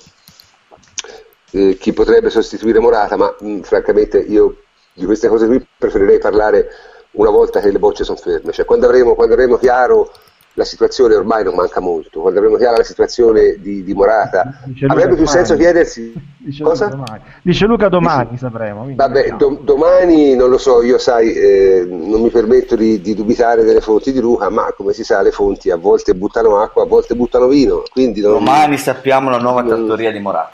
chi potrebbe sostituire Morata, ma francamente io di queste cose qui preferirei parlare una volta che le bocce sono ferme, cioè quando avremo chiaro la situazione, ormai non manca molto, quando avremo chiara la situazione di Morata, avrebbe più senso chiedersi cosa? Dice Luca domani sapremo. Vabbè, domani non lo so, io sai, non mi permetto di dubitare delle fonti di Luca, ma come si sa le fonti a volte buttano acqua, a volte buttano vino, quindi domani sappiamo la nuova trattoria di Morata.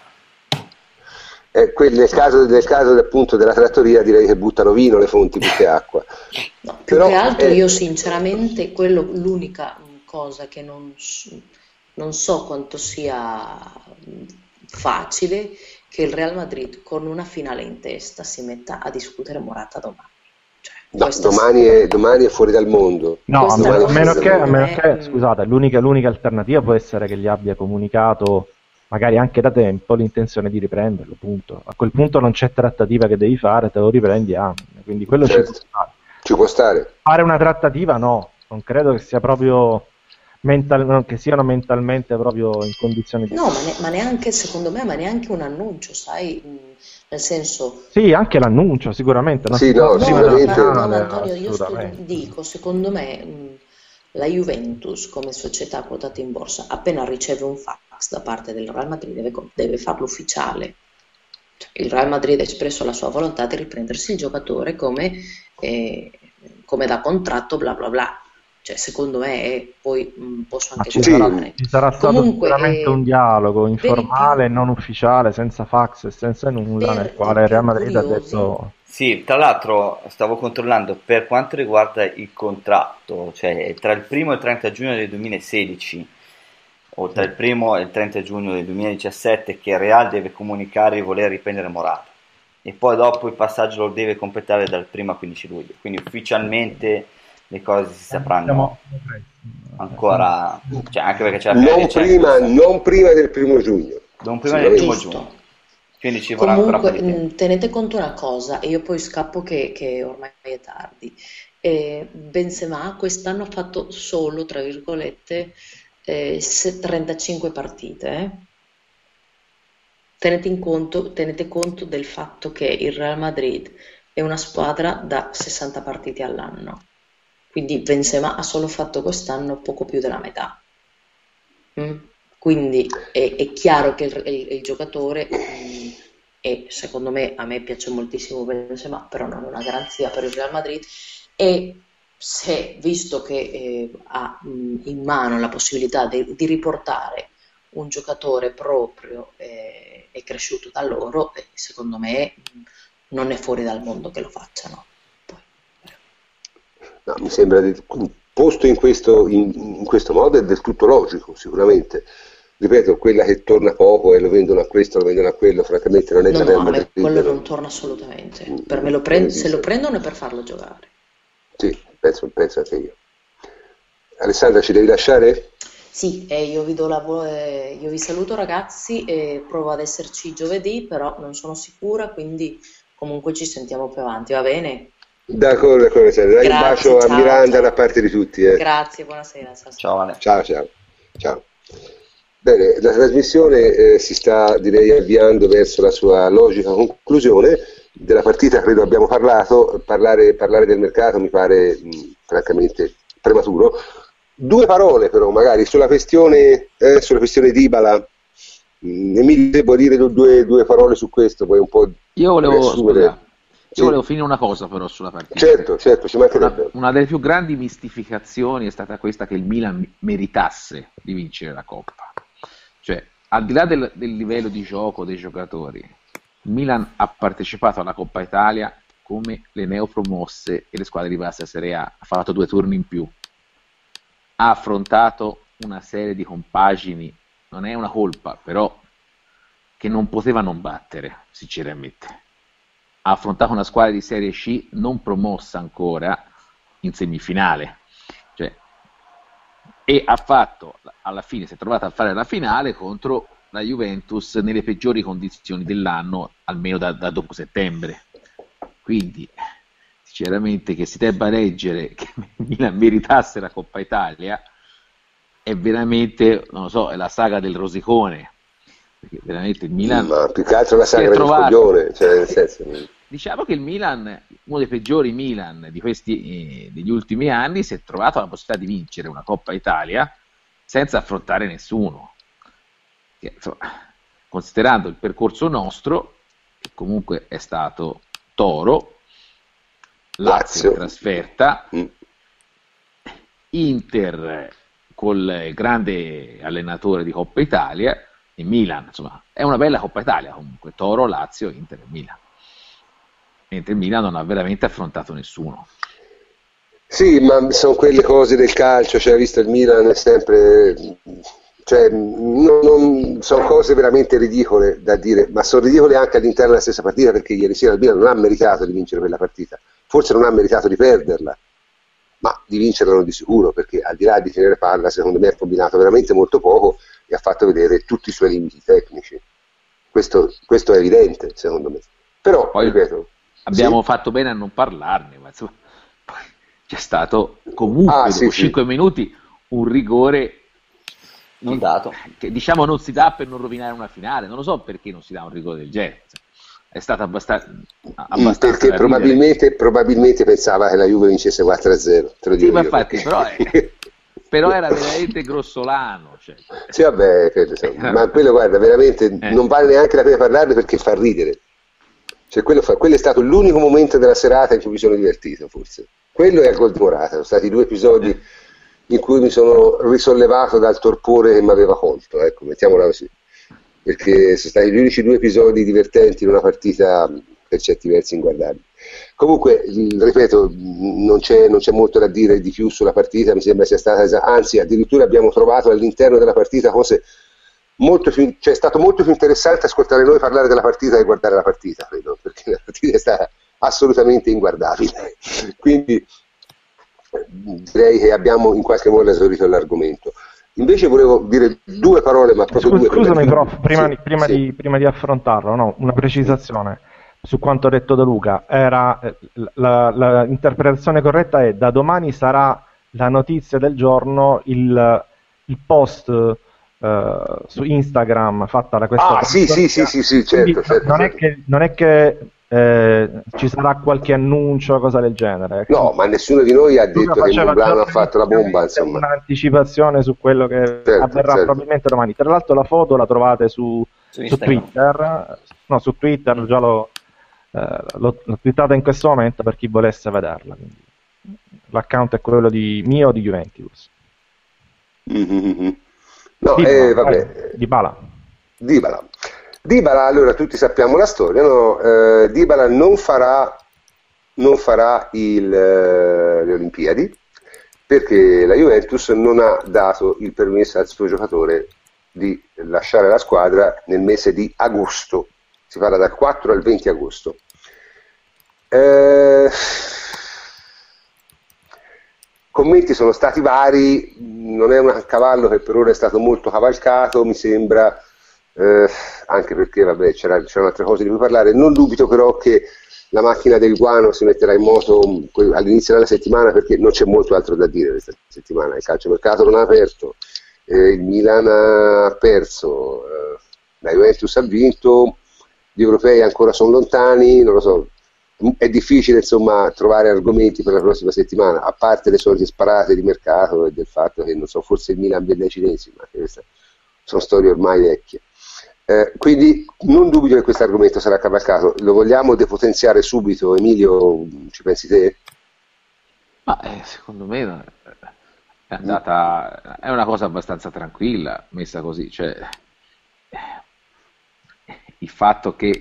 Nel caso appunto della trattoria direi che buttano vino le fonti più che acqua. No, più che altro io sinceramente l'unica cosa che non so quanto sia facile che il Real Madrid con una finale in testa si metta a discutere Morata domani. Cioè, domani è fuori dal mondo. No, a meno che scusate, l'unica alternativa può essere che gli abbia comunicato magari anche da tempo l'intenzione di riprenderlo, punto. A quel punto non c'è trattativa che devi fare, te lo riprendi, quindi quello certo, ci può stare. Fare una trattativa no, non credo che sia proprio che siano mentalmente proprio in condizioni di... No, ma neanche, secondo me, ma neanche un annuncio, sai, nel senso... Sì, anche l'annuncio, sicuramente. Sì, sicuramente. No, Antonio, io dico, secondo me, la Juventus come società quotata in borsa, appena riceve un fax, fax da parte del Real Madrid deve farlo ufficiale. Cioè, il Real Madrid ha espresso la sua volontà di riprendersi il giocatore come da contratto, bla bla bla. Cioè, secondo me, poi posso anche ci sarà stato sicuramente un dialogo informale, non ufficiale, senza fax e senza nulla, nel quale il Real Madrid ha detto... Sì, tra l'altro stavo controllando per quanto riguarda il contratto, cioè tra il 1° e il 30 giugno del 2016 o tra il 1° e il 30 giugno del 2017 che il Real deve comunicare di voler riprendere Morata e poi dopo il passaggio lo deve completare dal 1° al 15 luglio, quindi ufficialmente le cose si sapranno ancora, cioè anche perché c'è la non prima del 1° giugno. Non prima del 1° giugno. Quindi ci vorrà ancora un po' di tempo. Tenete conto una cosa, e io poi scappo che ormai è tardi. Benzema quest'anno ha fatto solo, tra virgolette, 35 partite. Tenete conto del fatto che il Real Madrid è una squadra da 60 partite all'anno. Quindi Benzema ha solo fatto quest'anno poco più della metà. Quindi è chiaro che il giocatore, e secondo me, a me piace moltissimo Benzema, però non è una garanzia per il Real Madrid, e visto che ha in mano la possibilità di riportare un giocatore proprio è cresciuto da loro, secondo me non è fuori dal mondo che lo facciano. No, mi sembra posto in questo modo è del tutto logico, sicuramente. Ripeto, quella che torna poco e lo vendono a questo, lo vendono a quello, francamente non è da a me quello non torna assolutamente. Per me se lo prendono è per farlo giocare. Sì, penso anche io. Alessandra, ci devi lasciare? Sì, io vi saluto ragazzi e provo ad esserci giovedì, però non sono sicura, quindi comunque ci sentiamo più avanti, va bene? D'accordo, dai un bacio a Miranda da parte di tutti. Grazie, buonasera. Ciao. Bene, la trasmissione si sta, direi, avviando verso la sua logica conclusione. Della partita credo abbiamo parlato, parlare del mercato mi pare francamente prematuro. 2 parole però magari sulla questione Dybala. Emilio, puoi dire due parole su questo, poi un po'. Io volevo finire una cosa però sulla partita. Certo, ci mancherebbe. Una delle più grandi mistificazioni è stata questa che il Milan meritasse di vincere la Coppa. Cioè, al di là del livello di gioco dei giocatori, il Milan ha partecipato alla Coppa Italia come le neopromosse e le squadre di bassa Serie A. Ha fatto 2 turni in più. Ha affrontato una serie di compagini, non è una colpa, però, che non poteva non battere, sinceramente. Ha affrontato una squadra di Serie C non promossa ancora in semifinale, cioè, e alla fine si è trovata a fare la finale contro la Juventus nelle peggiori condizioni dell'anno, almeno da dopo settembre. Quindi sinceramente che si debba leggere che Milan meritasse la Coppa Italia è veramente, non lo so, è la saga del rosicone, perché veramente il Milan, ma più che altro la saga del coglione, cioè nel senso. Diciamo che il Milan, uno dei peggiori Milan degli ultimi anni, si è trovato la possibilità di vincere una Coppa Italia senza affrontare nessuno. Che, insomma, considerando il percorso nostro, che comunque è stato Toro, Lazio in trasferta, Inter col grande allenatore di Coppa Italia e Milan, insomma, è una bella Coppa Italia comunque, Toro, Lazio, Inter e Milan. Mentre il Milan non ha veramente affrontato nessuno. Sì, ma sono quelle cose del calcio, cioè visto il Milan è sempre, cioè sono cose veramente ridicole da dire, ma sono ridicole anche all'interno della stessa partita, perché ieri sera il Milan non ha meritato di vincere quella partita, forse non ha meritato di perderla, ma di vincerla non di sicuro, perché al di là di tenere palla secondo me ha combinato veramente molto poco e ha fatto vedere tutti i suoi limiti tecnici, questo è evidente secondo me, però poi, ripeto, abbiamo fatto bene a non parlarne, ma insomma, poi c'è stato comunque dopo 5 minuti un rigore non dato, che diciamo non si dà per non rovinare una finale. Non lo so perché non si dà un rigore del genere. È stato abbastanza perché probabilmente pensava che la Juve vincesse 4-0, te lo dico sì, ma infatti, però Però era veramente grossolano. Cioè. Sì, vabbè, ma quello, guarda, veramente non vale neanche la pena parlarne perché fa ridere. Cioè, quello è stato l'unico momento della serata in cui mi sono divertito, forse. Quello è il gol di Morata, sono stati 2 episodi in cui mi sono risollevato dal torpore che mi aveva colto, ecco, mettiamola così. Perché sono stati gli unici 2 episodi divertenti in una partita per certi versi inguardabili. Comunque, ripeto, non c'è molto da dire di più sulla partita, mi sembra sia stata, anzi addirittura abbiamo trovato all'interno della partita cose molto più, cioè è stato molto più interessante ascoltare noi parlare della partita che guardare la partita, credo, perché la partita è stata assolutamente inguardabile. Quindi direi che abbiamo in qualche modo esaurito l'argomento. Invece volevo dire 2 parole, ma proprio 2. Scusami, prof, Sì. prima di affrontarlo, no? Una precisazione su quanto detto da Luca. L'interpretazione corretta è: da domani sarà la notizia del giorno il post su Instagram fatta da questa Sì, quindi certo. non è che ci sarà qualche annuncio, cosa del genere. No, ma nessuno di noi ha detto che Monblano ha fatto la bomba, C'è insomma. un'anticipazione su quello che avverrà probabilmente domani. Tra l'altro la foto la trovate su Twitter, no, su Twitter già l'ho twittata in questo momento per chi volesse vederla. Quindi, l'account è quello mio di Juventus. Mm-hmm. No, vabbè. Dybala, allora tutti sappiamo la storia, no? Dybala non farà le Olimpiadi perché la Juventus non ha dato il permesso al suo giocatore di lasciare la squadra nel mese di agosto, si parla dal 4 al 20 agosto. Commenti sono stati vari, non è un cavallo che per ora è stato molto cavalcato, mi sembra, anche perché vabbè, c'erano altre cose di cui parlare. Non dubito però che la macchina del guano si metterà in moto all'inizio della settimana, perché non c'è molto altro da dire questa settimana. Il calciomercato non ha aperto, il Milan ha perso, la Juventus ha vinto, gli europei ancora sono lontani, non lo so. È difficile insomma trovare argomenti per la prossima settimana, a parte le solite sparate di mercato e del fatto che non so, forse il Milan vende ai cinesi, ma queste sono storie ormai vecchie. Quindi non dubito che questo argomento sarà cavalcato. Lo vogliamo depotenziare subito, Emilio? Ci pensi te? Ma secondo me è andata, è una cosa abbastanza tranquilla messa così, cioè il fatto che,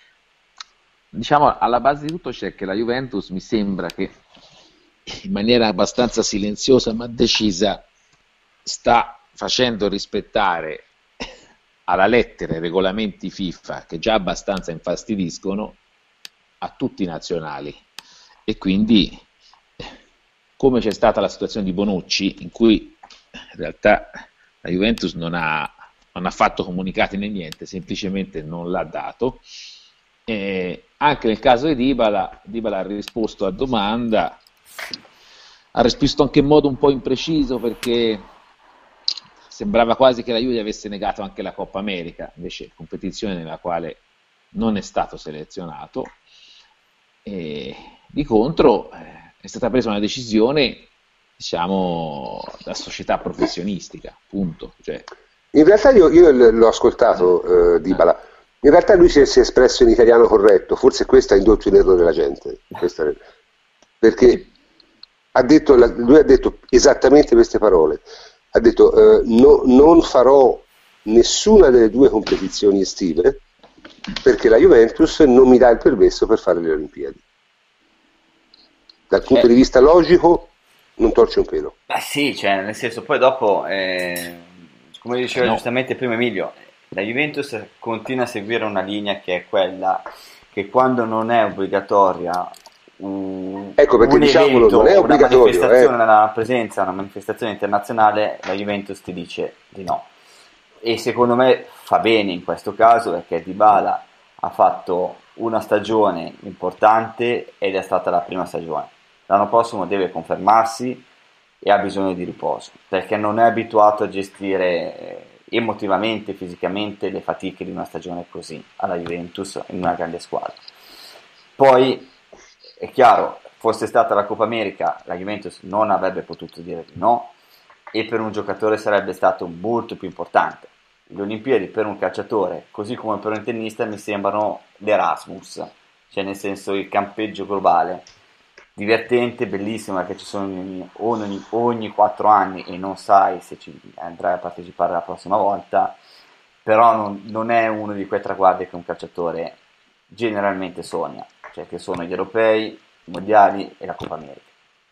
diciamo, alla base di tutto c'è che la Juventus mi sembra che in maniera abbastanza silenziosa ma decisa sta facendo rispettare alla lettera i regolamenti FIFA, che già abbastanza infastidiscono, a tutti i nazionali. E quindi, come c'è stata la situazione di Bonucci, in cui in realtà la Juventus non ha fatto comunicati né niente, semplicemente non l'ha dato. Anche nel caso di Dybala ha risposto a domanda, ha risposto anche in modo un po' impreciso, perché sembrava quasi che la Juve avesse negato anche la Coppa America, invece competizione nella quale non è stato selezionato, e di contro è stata presa una decisione, diciamo, da società professionistica, punto. Cioè, in realtà io l'ho ascoltato Dybala. In realtà lui si è espresso in italiano corretto, forse questo ha indotto in errore la gente, perché lui ha detto esattamente queste parole, ha detto non farò nessuna delle 2 competizioni estive perché la Juventus non mi dà il permesso per fare le Olimpiadi. Dal punto di vista logico non torce un pelo. Sì, cioè, nel senso, poi dopo, come diceva giustamente prima Emilio, la Juventus continua a seguire una linea che è quella che quando non è obbligatoria ecco perché un diciamolo, evento, non è obbligatorio, una manifestazione, una presenza, una manifestazione internazionale, la Juventus ti dice di no. E secondo me fa bene in questo caso, perché Dybala ha fatto una stagione importante ed è stata la prima stagione. L'anno prossimo deve confermarsi e ha bisogno di riposo, perché non è abituato a gestire emotivamente, fisicamente le fatiche di una stagione così alla Juventus in una grande squadra. Poi è chiaro, fosse stata la Coppa America, la Juventus non avrebbe potuto dire di no, e per un giocatore sarebbe stato molto più importante. Le Olimpiadi per un calciatore, così come per un tennista, mi sembrano l'Erasmus, cioè nel senso il campeggio globale, divertente, bellissimo, perché ci sono ogni 4 anni e non sai se ci andrai a partecipare la prossima volta, però non è uno di quei traguardi che un calciatore generalmente sogna, cioè che sono gli europei, i mondiali e la Coppa America.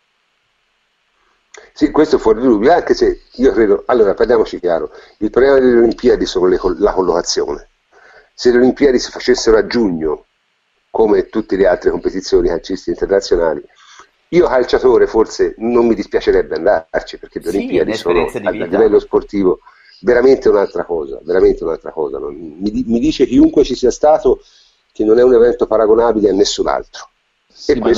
Sì, questo è fuori di dubbio, anche se io credo, allora parliamoci chiaro, il problema delle Olimpiadi sono la collocazione. Se le Olimpiadi si facessero a giugno, come tutte le altre competizioni calcistiche internazionali, io calciatore forse non mi dispiacerebbe andarci, perché le Olimpiadi sono a livello sportivo veramente un'altra cosa, veramente un'altra cosa. Mi dice chiunque ci sia stato che non è un evento paragonabile a nessun altro. Sì, e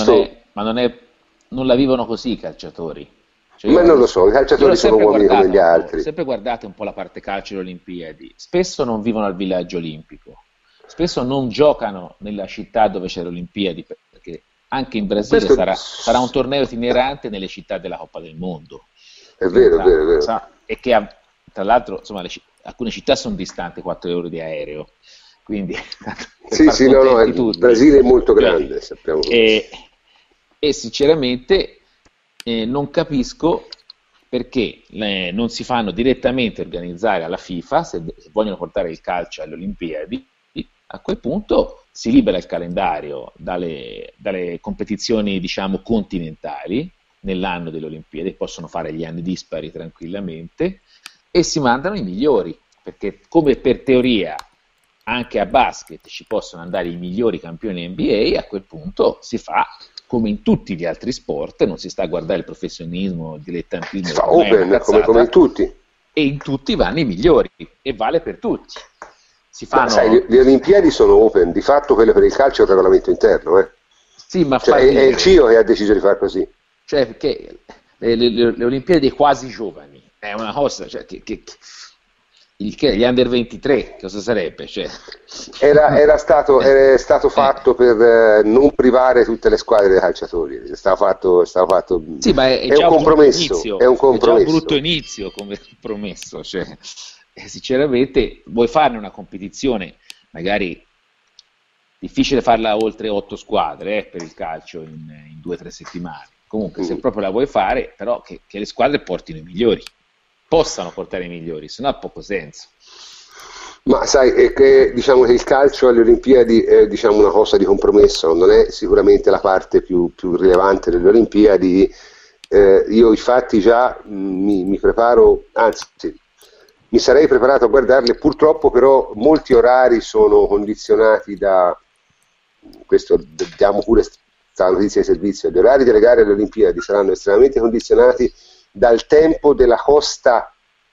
non la vivono così i calciatori. Cioè, ma non lo so, i calciatori sono uomini come gli altri. Sempre guardate un po' la parte calcio delle Olimpiadi, spesso non vivono al villaggio olimpico, spesso non giocano nella città dove c'è le Olimpiadi, perché anche in Brasile sarà un torneo itinerante nelle città della Coppa del Mondo. È vero, è vero. E che tra l'altro insomma, alcune città sono distanti 4 ore di aereo, quindi sì, no, il Brasile è molto grande, sappiamo. E sinceramente non capisco perché non si fanno direttamente organizzare alla FIFA, se vogliono portare il calcio alle Olimpiadi. A quel punto si libera il calendario dalle competizioni, diciamo, continentali nell'anno delle Olimpiadi, possono fare gli anni dispari tranquillamente, e si mandano i migliori, perché come per teoria anche a basket ci possono andare i migliori campioni NBA, a quel punto si fa come in tutti gli altri sport, non si sta a guardare il professionismo, il dilettantismo, si fa open come in tutti, e in tutti vanno i migliori, e vale per tutti. Sai, le Olimpiadi sono open, di fatto quello per il calcio è un regolamento interno, Sì, ma cioè, è il CIO che ha deciso di fare così. Cioè, perché le Olimpiadi quasi giovani è una cosa, cioè, gli under 23 cosa sarebbe? Cioè... Era stato fatto per non privare tutte le squadre dei calciatori, stava fatto sì, ma è un compromesso, è un già un brutto inizio come compromesso, cioè, sinceramente vuoi farne una competizione magari difficile farla oltre 8 squadre per il calcio in 2 o 3 settimane, comunque se proprio la vuoi fare, però che le squadre portino i migliori, possano portare i migliori, se no ha poco senso. Ma sai, è che diciamo che il calcio alle Olimpiadi è, diciamo, una cosa di compromesso, non è sicuramente la parte più rilevante delle Olimpiadi. Io infatti già mi preparo, anzi mi sarei preparato a guardarle, purtroppo però molti orari sono condizionati da, questo diamo pure questa notizia di servizio, gli orari delle gare alle Olimpiadi saranno estremamente condizionati dal tempo della costa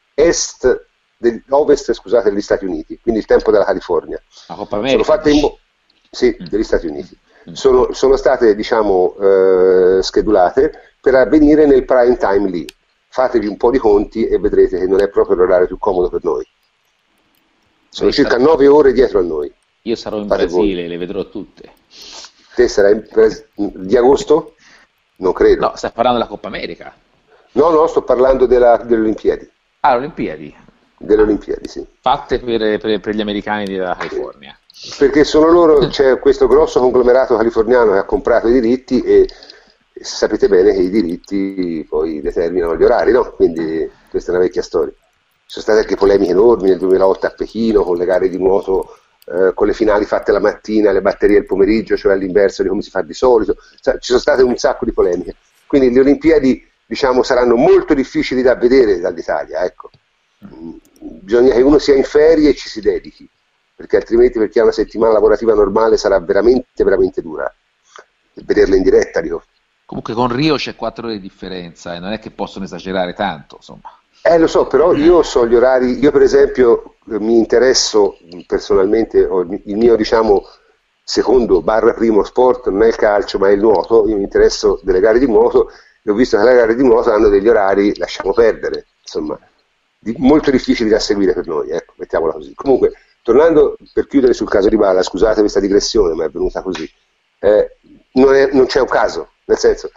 ovest, scusate, degli Stati Uniti, quindi il tempo della California. La Coppa America. Sono fatte degli Stati Uniti. Sono state, diciamo, schedulate per avvenire nel prime time lì. Fatevi un po' di conti e vedrete che non è proprio l'orario più comodo per noi. Sono circa 9 ore dietro a noi. Io sarò in Brasile, le vedrò tutte. Te sarai di agosto? Non credo. No, stai parlando della Coppa America. No, sto parlando delle Olimpiadi. Ah, le Olimpiadi? Delle Olimpiadi, sì. Fatte per gli americani della California. Perché sono loro, c'è questo grosso conglomerato californiano che ha comprato i diritti e sapete bene che i diritti poi determinano gli orari, no? Quindi questa è una vecchia storia. Ci sono state anche polemiche enormi nel 2008 a Pechino con le gare di nuoto, con le finali fatte la mattina, le batterie il pomeriggio, cioè all'inverso di come si fa di solito. Ci sono state un sacco di polemiche. Quindi le Olimpiadi, diciamo, saranno molto difficili da vedere dall'Italia, ecco. Bisogna che uno sia in ferie e ci si dedichi, perché altrimenti per chi ha una settimana lavorativa normale sarà veramente, veramente dura vederle in diretta, dico. Comunque con Rio c'è 4 ore di differenza e non è che possono esagerare tanto, insomma. Lo so, però io so gli orari, io per esempio mi interesso personalmente, il mio, diciamo, secondo / primo sport non è il calcio ma è il nuoto, io mi interesso delle gare di nuoto e ho visto che le gare di nuoto hanno degli orari, lasciamo perdere, insomma, molto difficili da seguire per noi, ecco, mettiamola così. Comunque, tornando per chiudere sul caso di Balla, scusate questa digressione, ma è venuta così, non c'è un caso, nel senso,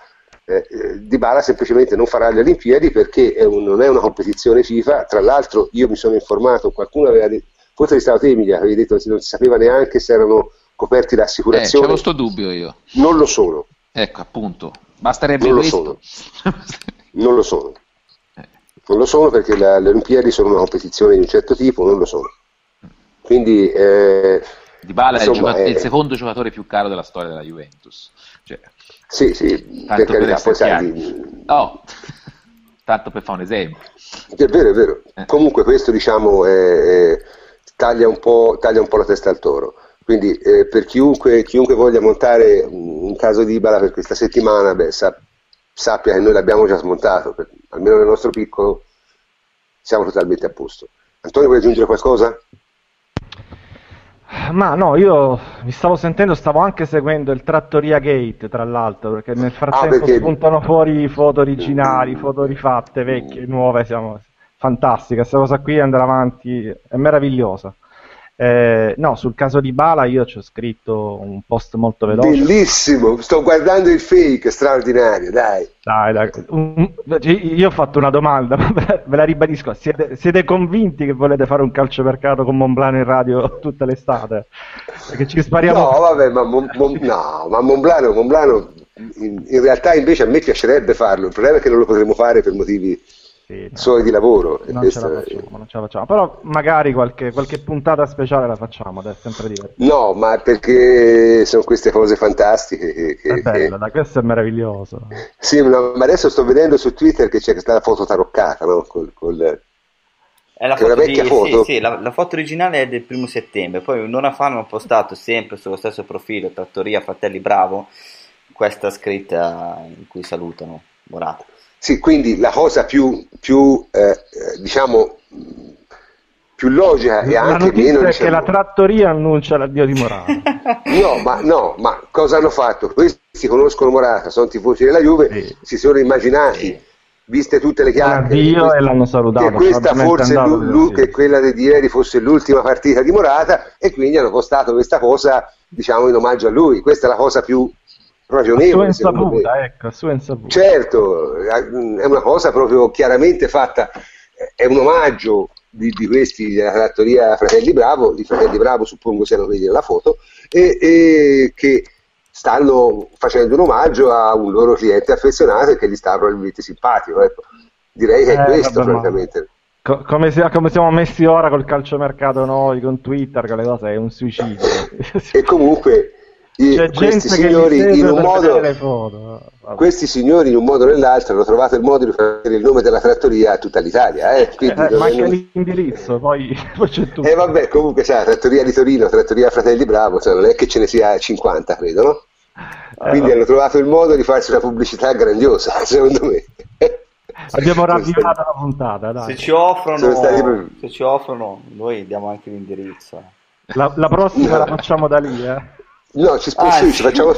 Dybala semplicemente non farà le Olimpiadi perché non è una competizione FIFA. Tra l'altro io mi sono informato, qualcuno aveva detto, forse di Stato Emilia, avevi detto che non si sapeva neanche se erano coperti l'assicurazione. C'avevo sto dubbio io. Non lo sono. Ecco, appunto, basterebbe non questo. Lo sono. Non lo sono. Non lo sono perché le Olimpiadi sono una competizione di un certo tipo, non lo sono. Quindi Dybala è il secondo giocatore più caro della storia della Juventus. Cioè, sì, per carità, poi sai, no, tanto per fare un esempio. È vero. Comunque questo diciamo taglia un po' la testa al toro. Quindi per chiunque voglia montare un caso di Dybala per questa settimana, sappia che noi l'abbiamo già smontato, almeno nel nostro piccolo siamo totalmente a posto. Antonio, vuoi aggiungere qualcosa? Ma no, io mi stavo sentendo, stavo anche seguendo il Trattoria Gate, tra l'altro, perché nel frattempo spuntano fuori foto originali, foto rifatte, vecchie, nuove, fantastica, questa cosa qui andrà avanti, è meravigliosa. No, sul caso di Dybala io ci ho scritto un post molto veloce. Bellissimo, sto guardando il fake, straordinario, dai. Io ho fatto una domanda, ve la ribadisco, siete convinti che volete fare un calciomercato con Monblano in radio tutta l'estate? Perché ci spariamo... No, vabbè, ma Monblano in realtà invece a me piacerebbe farlo, il problema è che non lo potremo fare per motivi... suoi di lavoro. Non ce la facciamo, però magari qualche puntata speciale la facciamo, è sempre divertente. No, ma perché sono queste cose fantastiche è bello, questo è meraviglioso. Sì, no, ma adesso sto vedendo su Twitter che c'è questa foto taroccata, no? È la foto vecchia foto? Sì, la foto originale è del 1° settembre, poi un'ora fa hanno postato sempre sullo stesso profilo Trattoria Fratelli Bravo questa scritta in cui salutano Morata. Sì, quindi la cosa più diciamo più logica e anche meno, è che la Trattoria annuncia l'addio di Morata. ma cosa hanno fatto? Questi conoscono Morata, sono tifosi della Juve, si sono immaginati, viste tutte le chiacchiere, e l'hanno salutato, che questa forse che quella di ieri fosse l'ultima partita di Morata, e quindi hanno postato questa cosa, diciamo, in omaggio a lui. Questa è la cosa più ragionevole, secondo me. A sua insaputa. Certo, è una cosa proprio chiaramente fatta, è un omaggio di questi della Trattoria Fratelli Bravo, di Fratelli Bravo suppongo siano quelli della foto, e che stanno facendo un omaggio a un loro cliente affezionato e che gli sta probabilmente simpatico, ecco. Direi che è questo, francamente. Come siamo messi ora col calciomercato noi, con Twitter, con le cose, è un suicidio. E comunque questi signori in un modo o nell'altro hanno trovato il modo di fare il nome della trattoria a tutta l'Italia, manca l'indirizzo, poi c'è tutto. Vabbè, comunque sai, Trattoria di Torino, Trattoria Fratelli Bravo, non è che ce ne sia 50, credo, no? Quindi hanno trovato il modo di farsi una pubblicità grandiosa, secondo me. Abbiamo ravviato la puntata, dai. Se ci offrono, noi diamo anche l'indirizzo. La prossima la facciamo da lì, No, ci facciamo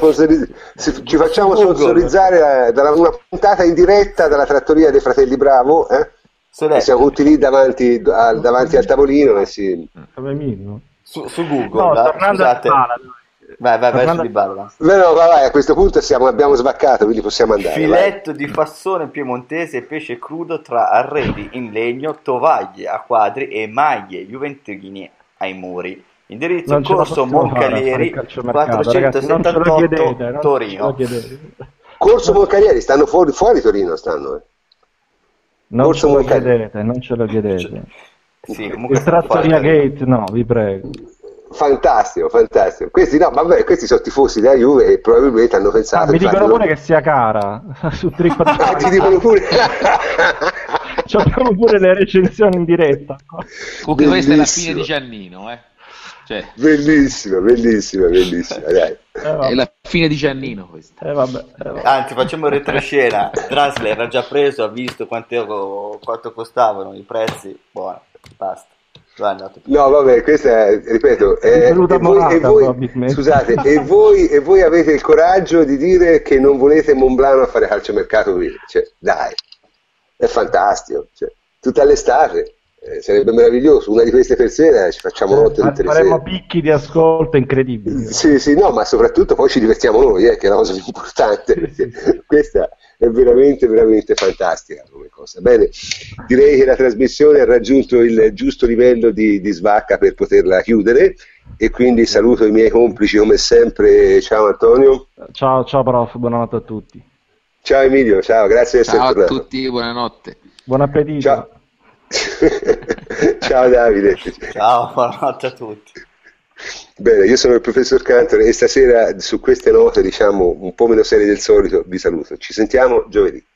sponsorizzare da una puntata in diretta dalla Trattoria dei Fratelli Bravo, siamo tutti lì davanti al tavolino come minimo su Google. Scusate, vai su Dybala. Vai, a questo punto abbiamo sbaccato, quindi possiamo andare. Filetto di fassone piemontese e pesce crudo tra arredi in legno, tovaglie a quadri e maglie juventine ai muri. Indirizzo Corso Moncalieri 478 Torino. Corso Moncalieri, stanno fuori Torino, stanno. Non ce lo chiedete. Sì, comunque il Trattoria Gate, no, vi prego. Fantastico. Questi sono tifosi della Juve e probabilmente hanno pensato. Mi dicono pure che sia cara su TripAdvisor. Ti dicono pure. Abbiamo pure le recensioni in diretta. Comunque questa è la fine di Giannino, Bellissima, dai. È la fine di Giannino questa. Anzi, facciamo retroscena. Drasler ha già preso, ha visto quanto costavano i prezzi. Buono, basta. No, vabbè, questa è, ripeto, scusate, e voi avete il coraggio di dire che non volete Monblano a fare calciomercato qui, dai, è fantastico, tutta l'estate. sarebbe meraviglioso. Una di queste per sera ci facciamo notte tutte le faremo sere. picchi di ascolto incredibili. Sì, sì, no, ma soprattutto poi ci divertiamo noi, che è la cosa più importante, perché questa è veramente, veramente fantastica come cosa. Bene, direi che la trasmissione ha raggiunto il giusto livello di svacca per poterla chiudere, e quindi saluto i miei complici come sempre. Ciao Antonio. Ciao prof, buonanotte a tutti. Ciao Emilio, ciao, grazie di essere Ciao a tornato. tutti, buonanotte. Buon appetito. Ciao. Ciao Davide. Ciao, buonanotte a tutti. Bene, io sono il professor Cantor e stasera su queste note, diciamo, un po' meno serie del solito, vi saluto. Ci sentiamo giovedì.